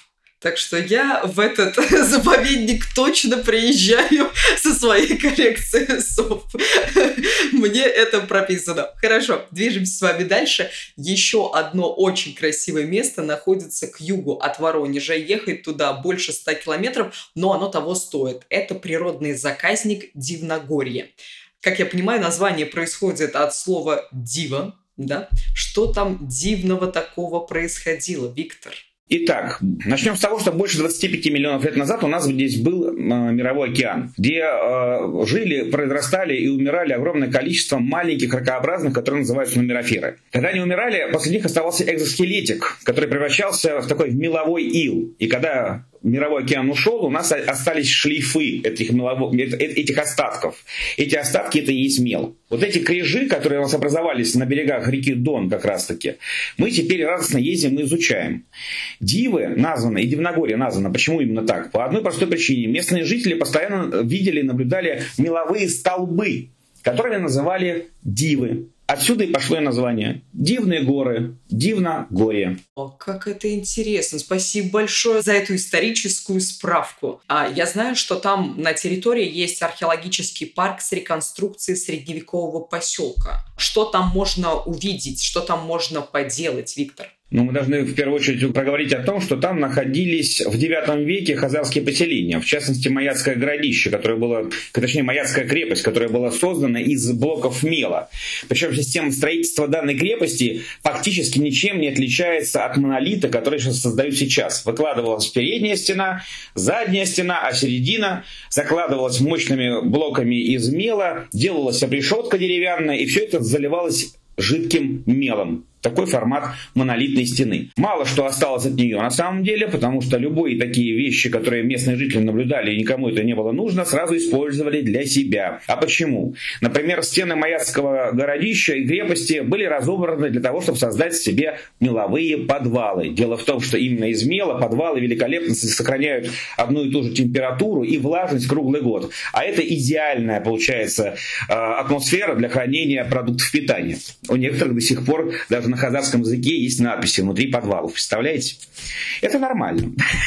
Так что я в этот заповедник точно приезжаю со своей коллекцией сов. Мне это прописано. Хорошо, движемся с вами дальше. Еще одно очень красивое место находится к югу от Воронежа. Ехать туда больше 100 километров, но оно того стоит. Это природный заказник Дивногорье. Как я понимаю, название происходит от слова «дива». Да? Что там дивного такого происходило, Виктор? Итак, начнем с того, что больше 25 миллионов лет назад у нас здесь был мировой океан, где жили, произрастали и умирали огромное количество маленьких ракообразных, которые называются нумероферы. Когда они умирали, после них оставался экзоскелетик, который превращался в такой меловой ил. И когда мировой океан ушел, у нас остались шлейфы этих остатков. Эти остатки – это и есть мел. Вот эти кряжи, которые у нас образовались на берегах реки Дон как раз-таки, мы теперь радостно ездим и изучаем. Дивы названы, и Дивногорье названо. Почему именно так? По одной простой причине. Местные жители постоянно видели и наблюдали меловые столбы, которые называли дивы. Отсюда и пошло и название. Дивные горы, Дивногорье. О, как это интересно. Спасибо большое за эту историческую справку. Я знаю, что там на территории есть археологический парк с реконструкцией средневекового поселка. Что там можно увидеть, что там можно поделать, Виктор? Но мы должны в первую очередь проговорить о том, что там находились в IX веке хазарские поселения, в частности Маяцкое городище, Маяцкая крепость, которая была создана из блоков мела. Причем система строительства данной крепости фактически ничем не отличается от монолита, который создают сейчас. Выкладывалась передняя стена, задняя стена, а середина закладывалась мощными блоками из мела, делалась обрешетка деревянная, и все это заливалось жидким мелом. Такой формат монолитной стены. Мало что осталось от нее на самом деле, потому что любые такие вещи, которые местные жители наблюдали и никому это не было нужно, сразу использовали для себя. А почему? Например, стены Маяцкого городища и крепости были разобраны для того, чтобы создать себе меловые подвалы. Дело в том, что именно из мела подвалы великолепно сохраняют одну и ту же температуру и влажность круглый год. А это идеальная, получается, атмосфера для хранения продуктов питания. У некоторых до сих пор даже на хазарском языке есть надписи внутри подвалов. Представляете? Это нормально.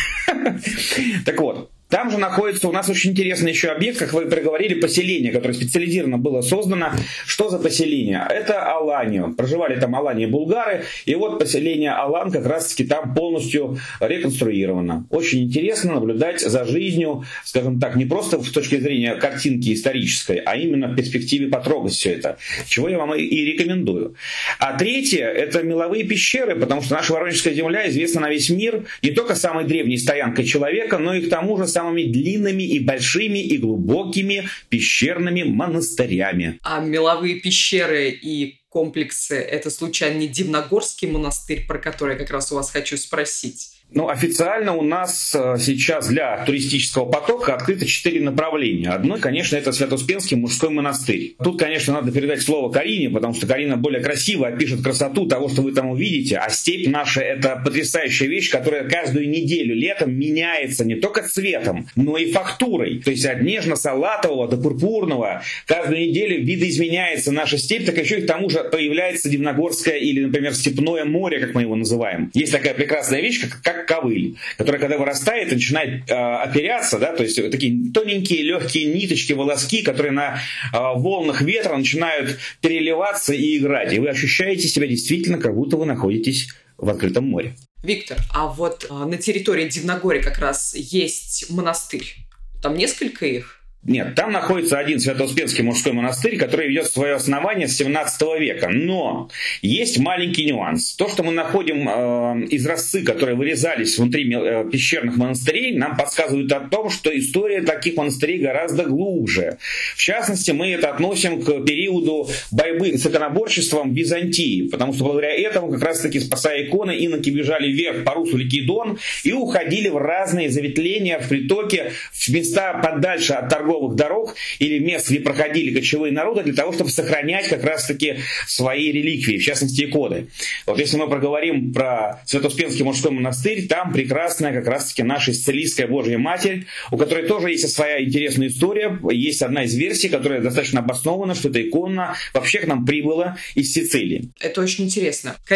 Так вот. Там же находится у нас очень интересный еще объект, как вы проговорили, поселение, которое специализированно было создано. Что за поселение? Это Аланию. Проживали там алани и булгары. И вот поселение Алан как раз-таки там полностью реконструировано. Очень интересно наблюдать за жизнью, скажем так, не просто с точки зрения картинки исторической, а именно в перспективе потрогать все это. Чего я вам и рекомендую. А третье – это меловые пещеры, потому что наша Воронежская земля известна на весь мир не только самой древней стоянкой человека, но и к тому же самыми длинными и большими и глубокими пещерными монастырями. А меловые пещеры и комплексы – это случайно не Дивногорский монастырь, про который я как раз у вас хочу спросить? Ну, официально у нас сейчас для туристического потока открыто 4 направления. Одно, конечно, это Свято-Успенский мужской монастырь. Тут, конечно, надо передать слово Карине, потому что Карина более красиво опишет красоту того, что вы там увидите. А степь наша – это потрясающая вещь, которая каждую неделю летом меняется не только цветом, но и фактурой. То есть от нежно-салатового до пурпурного каждую неделю видоизменяется наша степь, так еще и к тому же появляется Дивногорское или, например, Степное море, как мы его называем. Есть такая прекрасная вещь, как ковыль, которая, когда вырастает, начинает оперяться, да, то есть такие тоненькие, легкие ниточки, волоски, которые на волнах ветра начинают переливаться и играть. И вы ощущаете себя действительно, как будто вы находитесь в открытом море. Виктор, а вот на территории Дивногорья как раз есть монастырь. Там несколько их? Нет, там находится один Свято-Успенский мужской монастырь, который ведет свое основание с 17 века. Но есть маленький нюанс. То, что мы находим изразцы, которые вырезались внутри пещерных монастырей, нам подсказывает о том, что история таких монастырей гораздо глубже. В частности, мы это относим к периоду борьбы с иконоборчеством в Византии, потому что благодаря этому, как раз-таки спасая иконы, иноки бежали вверх по руслу реки Дон и уходили в разные заветвления, в притоке, в места подальше от торговых дорог или мест, где проходили кочевые народы, для того, чтобы сохранять как раз-таки свои реликвии, в частности иконы. Вот если мы проговорим про Свято-Успенский мужской монастырь, там прекрасная как раз-таки наша Сицилийская Божья Матерь, у которой тоже есть своя интересная история. Есть одна из версий, которая достаточно обоснована, что эта икона вообще к нам прибыла из Сицилии. Это очень интересно. Карина,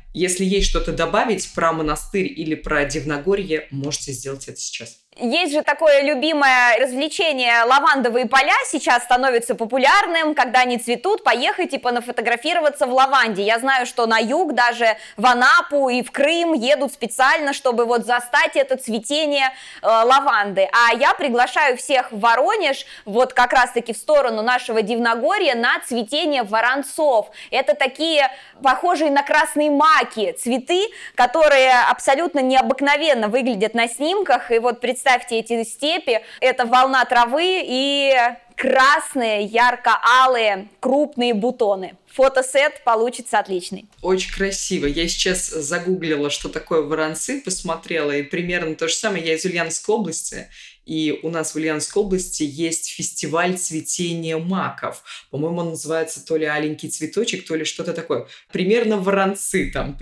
Если есть что-то добавить про монастырь или про Дивногорье, можете сделать это сейчас. Есть же такое любимое развлечение, лавандовые поля сейчас становятся популярным, когда они цветут, поехать и понафотографироваться в лаванде. Я знаю, что на юг, даже в Анапу и в Крым едут специально, чтобы вот застать это цветение лаванды. А я приглашаю всех в Воронеж, вот как раз-таки в сторону нашего Дивногорья, на цветение воронцов. Это такие похожие на красные маки цветы, которые абсолютно необыкновенно выглядят на снимках. И вот представьте эти степи, это волна травы и красные, ярко-алые, крупные бутоны. Фотосет получится отличный. Очень красиво. Я сейчас загуглила, что такое воронцы, посмотрела, и примерно то же самое. Я из Ульяновской области, и у нас в Ульяновской области есть фестиваль цветения маков. По-моему, он называется то ли «Аленький цветочек», то ли что-то такое. Примерно воронцы там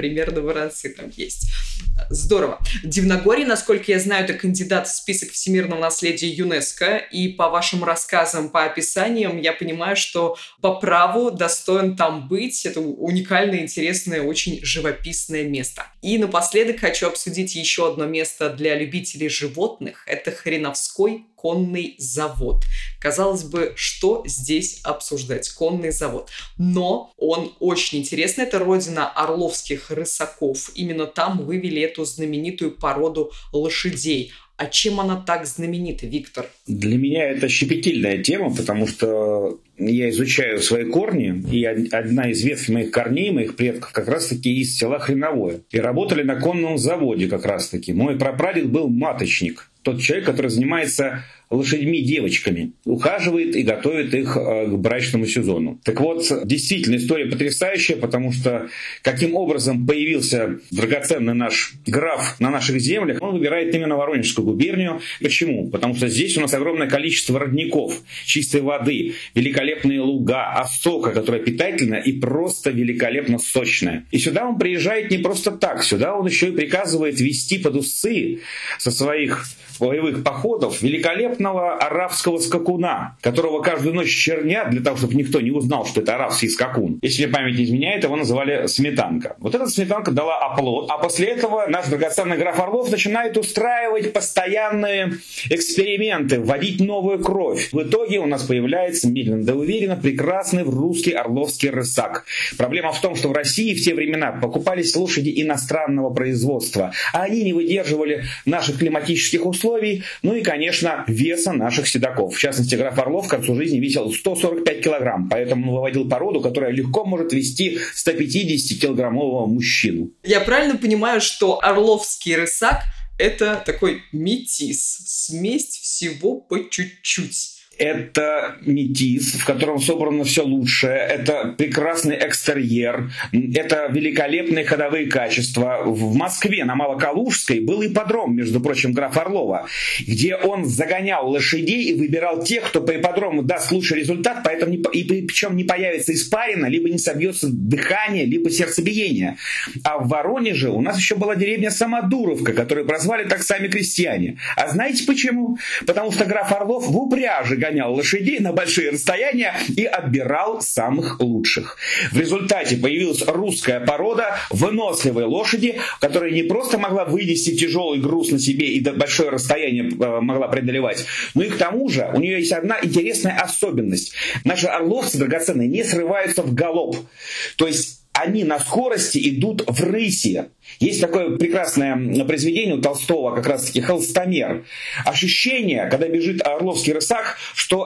есть. Здорово. Дивногорье, насколько я знаю, это кандидат в список всемирного наследия ЮНЕСКО, и по вашим рассказам, по описаниям, я понимаю, что по праву достоин там быть. Это уникальное, интересное, очень живописное место. И напоследок хочу обсудить еще одно место для любителей животных. Это Хреновской конный завод. Казалось бы, что здесь обсуждать? Конный завод. Но он очень интересный. Это родина орловских рысаков. Именно там вывели эту знаменитую породу лошадей. А чем она так знаменита, Виктор? Для меня это щепетильная тема, потому что я изучаю свои корни, и одна из ветвей моих корней, моих предков, как раз-таки из села Хреновое. И работали на конном заводе как раз-таки. Мой прапрадед был маточник. Тот человек, который занимается лошадьми-девочками, ухаживает и готовит их к брачному сезону. Так вот, действительно, история потрясающая, потому что каким образом появился драгоценный наш граф на наших землях, он выбирает именно Воронежскую губернию. Почему? Потому что здесь у нас огромное количество родников, чистой воды, великолепные луга, осока, которая питательная и просто великолепно сочная. И сюда он приезжает не просто так, сюда он еще и приказывает вести под усы со своих боевых походов великолепного аравского скакуна, которого каждую ночь чернят для того, чтобы никто не узнал, что это аравский скакун. Если мне память не изменяет, его называли Сметанка. Вот эта Сметанка дала оплот, а после этого наш драгоценный граф Орлов начинает устраивать постоянные эксперименты, вводить новую кровь. В итоге у нас появляется, медленно да уверенно, прекрасный русский орловский рысак. Проблема в том, что в России в те времена покупались лошади иностранного производства, а они не выдерживали наших климатических условий, ну и, конечно, веса наших седаков. В частности, граф Орлов к концу жизни весил 145 килограмм, поэтому он выводил породу, которая легко может вести 150-килограммового мужчину. Я правильно понимаю, что орловский рысак – это такой метис, смесь всего по чуть-чуть? Это метис, в котором собрано все лучшее, это прекрасный экстерьер, это великолепные ходовые качества. В Москве на Малокалужской был ипподром, между прочим, графа Орлова, где он загонял лошадей и выбирал тех, кто по ипподрому даст лучший результат, поэтому причем не появится испарина, либо не собьется дыхание, либо сердцебиение. А в Воронеже у нас еще была деревня Самодуровка, которую прозвали так сами крестьяне. А знаете почему? Потому что граф Орлов в упряже гонял лошадей на большие расстояния и отбирал самых лучших. В результате появилась русская порода выносливой лошади, которая не просто могла вынести тяжелый груз на себе и до большое расстояние могла преодолевать, но и к тому же у нее есть одна интересная особенность. Наши орловцы драгоценные не срываются в галоп. То есть они на скорости идут в рыси. Есть такое прекрасное произведение у Толстого, как раз-таки «Холстомер». Ощущение, когда бежит орловский рысак, что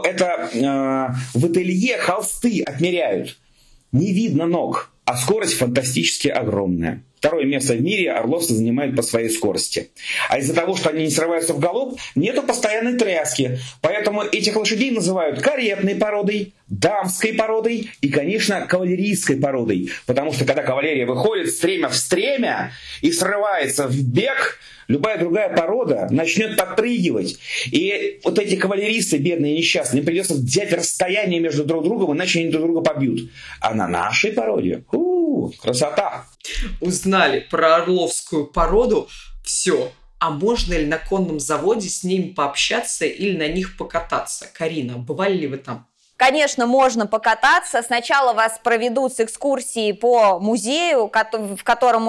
это в ателье холсты отмеряют. Не видно ног, а скорость фантастически огромная. Второе место в мире орловцы занимают по своей скорости. А из-за того, что они не срываются в галоп, нету постоянной тряски. Поэтому этих лошадей называют каретной породой, дамской породой и, конечно, кавалерийской породой. Потому что когда кавалерия выходит стремя в стремя и срывается в бег, любая другая порода начнет подпрыгивать. И вот эти кавалеристы, бедные и несчастные, им придется взять расстояние между друг другом, иначе они друг друга побьют. А на нашей породе красота! Узнали про орловскую породу все. А можно ли на конном заводе с ними пообщаться или на них покататься? Карина, бывали ли вы там? Конечно, можно покататься. Сначала вас проведут с экскурсией по музею, в котором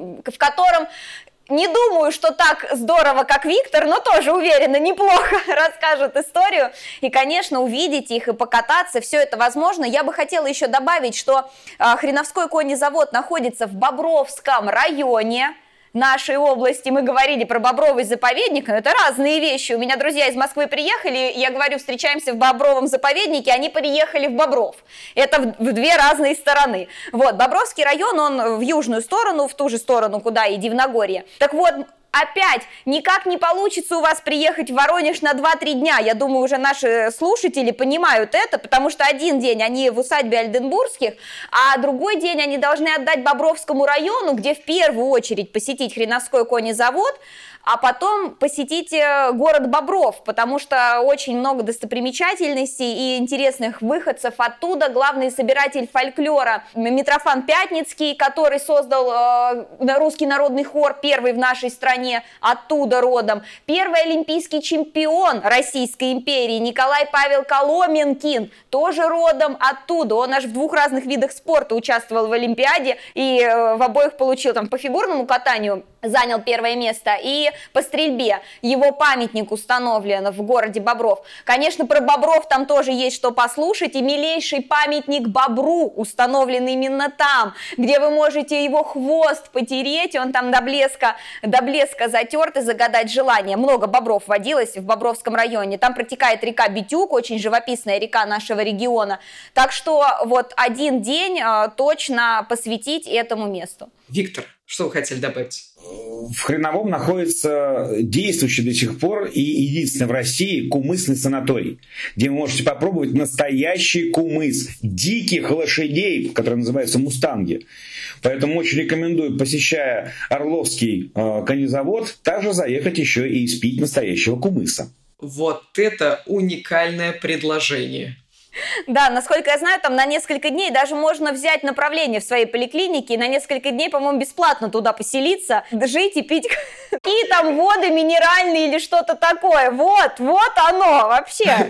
не думаю, что так здорово, как Виктор, но тоже уверена, неплохо расскажут историю. И, конечно, увидеть их и покататься, все это возможно. Я бы хотела еще добавить, что Хреновской конный завод находится в Бобровском районе нашей области. Мы говорили про Бобровый заповедник, но это разные вещи. У меня друзья из Москвы приехали, я говорю, встречаемся в Бобровом заповеднике, они приехали в Бобров. Это в две разные стороны. Вот, Бобровский район, он в южную сторону, в ту же сторону, куда и Дивногорье. Так вот, опять, никак не получится у вас приехать в Воронеж на 2-3 дня. Я думаю, уже наши слушатели понимают это, потому что один день они в усадьбе Альденбургских, а другой день они должны отдать Бобровскому району, где в первую очередь посетить Хреновской конный завод, а потом посетите город Бобров, потому что очень много достопримечательностей и интересных выходцев оттуда. Главный собиратель фольклора Митрофан Пятницкий, который создал русский народный хор, первый в нашей стране, оттуда родом. Первый олимпийский чемпион Российской империи Николай Павел Коломенкин, тоже родом оттуда. Он аж в 2 разных видах спорта участвовал в Олимпиаде и в обоих получил там по фигурному катанию, занял первое место, и по стрельбе. Его памятник установлен в городе Бобров. Конечно, про Бобров там тоже есть что послушать, и милейший памятник Бобру установлен именно там, где вы можете его хвост потереть, он там до блеска затерт, и загадать желание. Много бобров водилось в Бобровском районе. Там протекает река Битюк, очень живописная река нашего региона. Так что вот один день точно посвятить этому месту. Виктор, что вы хотели добавить? В Хреновом находится действующий до сих пор и единственный в России кумысный санаторий, где вы можете попробовать настоящий кумыс диких лошадей, которые называются мустанги. Поэтому очень рекомендую, посещая Орловский конезавод, также заехать еще и испить настоящего кумыса. Вот это уникальное предложение. Да, насколько я знаю, там на несколько дней даже можно взять направление в своей поликлинике и на несколько дней, по-моему, бесплатно туда поселиться, жить и пить какие там воды минеральные или что-то такое. Вот оно вообще.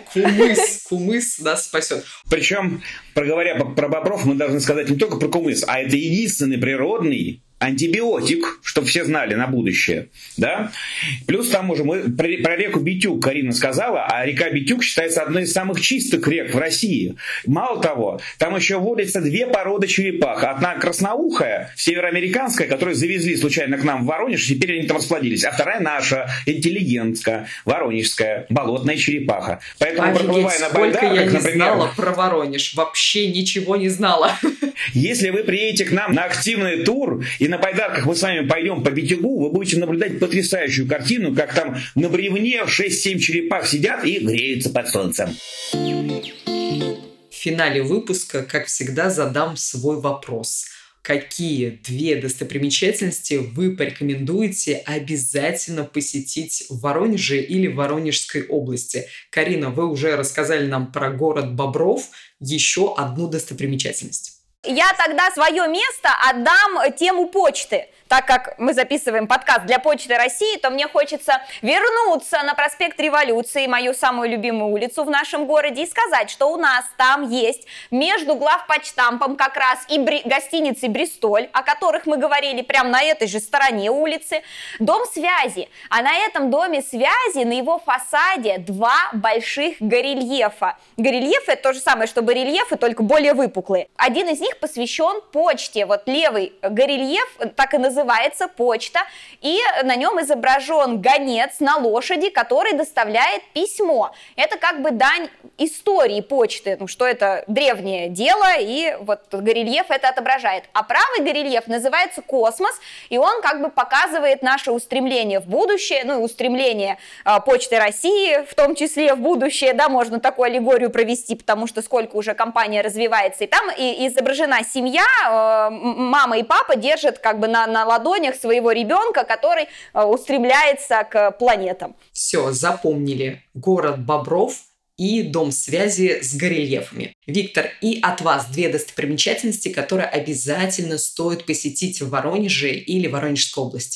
Кумыс нас спасет. Причем, говоря про бобров, мы должны сказать не только про кумыс, а это единственный природный антибиотик, чтобы все знали на будущее, да? Плюс к тому же мы про реку Битюк Карина сказала, а река Битюк считается одной из самых чистых рек в России. Мало того, там еще водятся 2 породы черепах. Одна красноухая, североамериканская, которую завезли случайно к нам в Воронеж, и теперь они там расплодились. А вторая наша, интеллигентская, воронежская, болотная черепаха. Поэтому, проплывая на сколько я не например, знала про Воронеж. Вообще ничего не знала. Если вы приедете к нам на активный тур, и на байдарках мы с вами пойдем по Битюгу, вы будете наблюдать потрясающую картину, как там на бревне 6-7 черепах сидят и греются под солнцем. В финале выпуска, как всегда, задам свой вопрос. Какие 2 достопримечательности вы порекомендуете обязательно посетить в Воронеже или в Воронежской области? Карина, вы уже рассказали нам про город Бобров. Еще одну достопримечательность. Я тогда свое место отдам тему почты. Так как мы записываем подкаст для Почты России, то мне хочется вернуться на проспект Революции, мою самую любимую улицу в нашем городе, и сказать, что у нас там есть между главпочтампом как раз и гостиницей «Бристоль», о которых мы говорили прямо на этой же стороне улицы, дом связи. А на этом доме связи, на его фасаде 2 больших горельефа. Горельефы — это то же самое, что барельефы, только более выпуклые. Один из них посвящен почте. Вот левый горельеф так и называется почта, и на нем изображен гонец на лошади, который доставляет письмо. Это как бы дань истории почты, что это древнее дело, и вот горельеф это отображает. А правый горельеф называется «Космос», и он как бы показывает наше устремление в будущее, и устремление Почты России, в том числе в будущее, да, можно такую аллегорию провести, потому что сколько уже компания развивается, и там и изображена семья, мама и папа держат как бы на ладонях своего ребенка, который устремляется к планетам. Все, запомнили. Город Бобров и дом связи с горельефами. Виктор, и от вас 2 достопримечательности, которые обязательно стоит посетить в Воронеже или Воронежской области.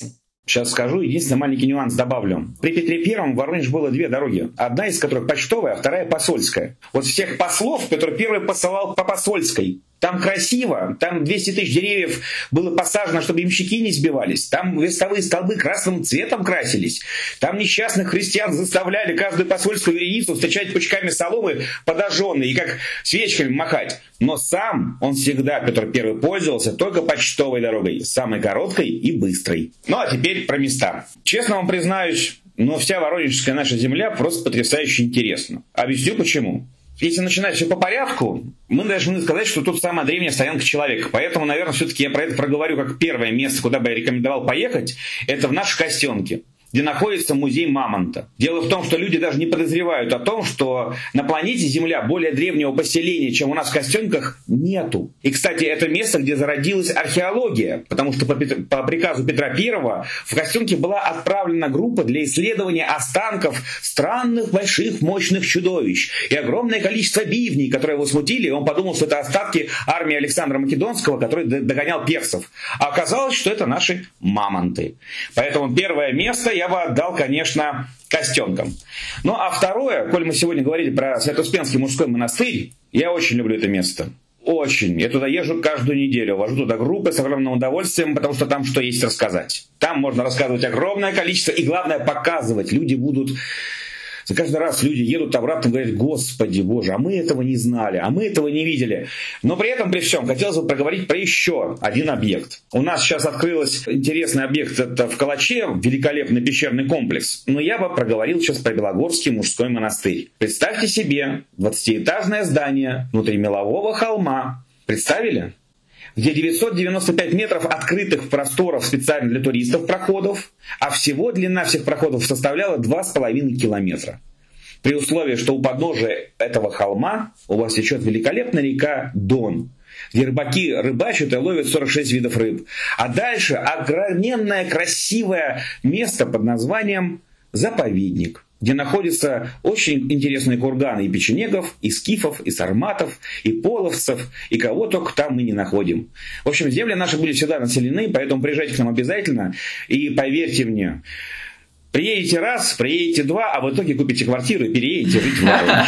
Сейчас скажу, единственный маленький нюанс добавлю. При Петре Первом в Воронеж было 2 дороги. Одна из которых почтовая, а вторая посольская. Вот всех послов Петр Первый посылал по посольской. Там красиво, там 200 тысяч деревьев было посажено, чтобы ямщики не сбивались. Там верстовые столбы красным цветом красились. Там несчастных христиан заставляли каждую посольскую вереницу встречать пучками соломы подожженной и как свечками махать. Но сам он всегда, Петр Первый, пользовался только почтовой дорогой, самой короткой и быстрой. Ну а теперь про места. Честно вам признаюсь, но вся воронежская наша земля просто потрясающе интересна. Объясню почему. Если начинать все по порядку, мы должны сказать, что тут самая древняя стоянка человека. Поэтому, наверное, все-таки я про это проговорю как первое место, куда бы я рекомендовал поехать. Это в нашей Костенке, где находится музей Мамонта. Дело в том, что люди даже не подозревают о том, что на планете Земля более древнего поселения, чем у нас в Костенках, нету. И, кстати, это место, где зародилась археология, потому что по приказу Петра Первого в Костенке была отправлена группа для исследования останков странных, больших, мощных чудовищ. И огромное количество бивней, которые его смутили, и он подумал, что это остатки армии Александра Македонского, который догонял персов. А оказалось, что это наши мамонты. Поэтому первое место я бы отдал, конечно, Костенкам. Ну, а второе, коль мы сегодня говорили про Свято-Успенский мужской монастырь, я очень люблю это место. Очень. Я туда езжу каждую неделю, вожу туда группы с огромным удовольствием, потому что там что есть рассказать. Там можно рассказывать огромное количество, и главное показывать. Люди будут... Каждый раз люди едут обратно и говорят: Господи Боже, а мы этого не знали, а мы этого не видели. Но при этом, при всем, хотелось бы проговорить про еще один объект. У нас сейчас открылся интересный объект, это в Калаче, великолепный пещерный комплекс. Но я бы проговорил сейчас про Белогорский мужской монастырь. Представьте себе 20-этажное здание внутри мелового холма. Представили? Где 995 метров открытых просторов специально для туристов проходов, а всего длина всех проходов составляла 2,5 километра. При условии, что у подножия этого холма у вас течет великолепная река Дон, где рыбаки рыбачат и ловят 46 видов рыб. А дальше огроменное красивое место под названием заповедник, где находятся очень интересные курганы и печенегов, и скифов, и сарматов, и половцев, и кого только там мы не находим. В общем, земли наши были всегда населены, поэтому приезжайте к нам обязательно. И поверьте мне, приедете раз, приедете два, а в итоге купите квартиру и переедете жить в Воронеж.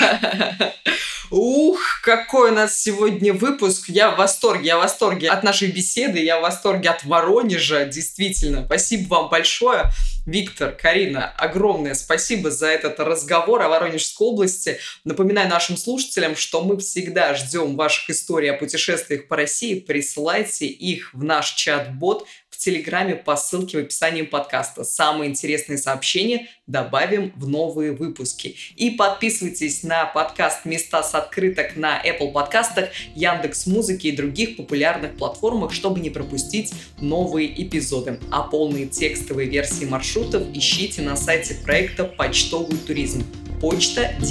Ух, какой у нас сегодня выпуск. Я в восторге от нашей беседы, я в восторге от Воронежа, действительно. Спасибо вам большое. Виктор, Карина, огромное спасибо за этот разговор о Воронежской области. Напоминаю нашим слушателям, что мы всегда ждем ваших историй о путешествиях по России. Присылайте их в наш чат-бот в Телеграме по ссылке в описании подкаста. Самые интересные сообщения добавим в новые выпуски. И подписывайтесь на подкаст «Места с открыток» на Apple подкастах, Яндекс.Музыке и других популярных платформах, чтобы не пропустить новые эпизоды. А полные текстовые версии маршрутов ищите на сайте проекта «Почтовый туризм».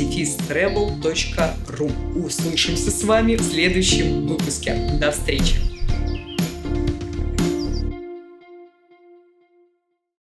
почта-travel.ru. Услышимся с вами в следующем выпуске. До встречи!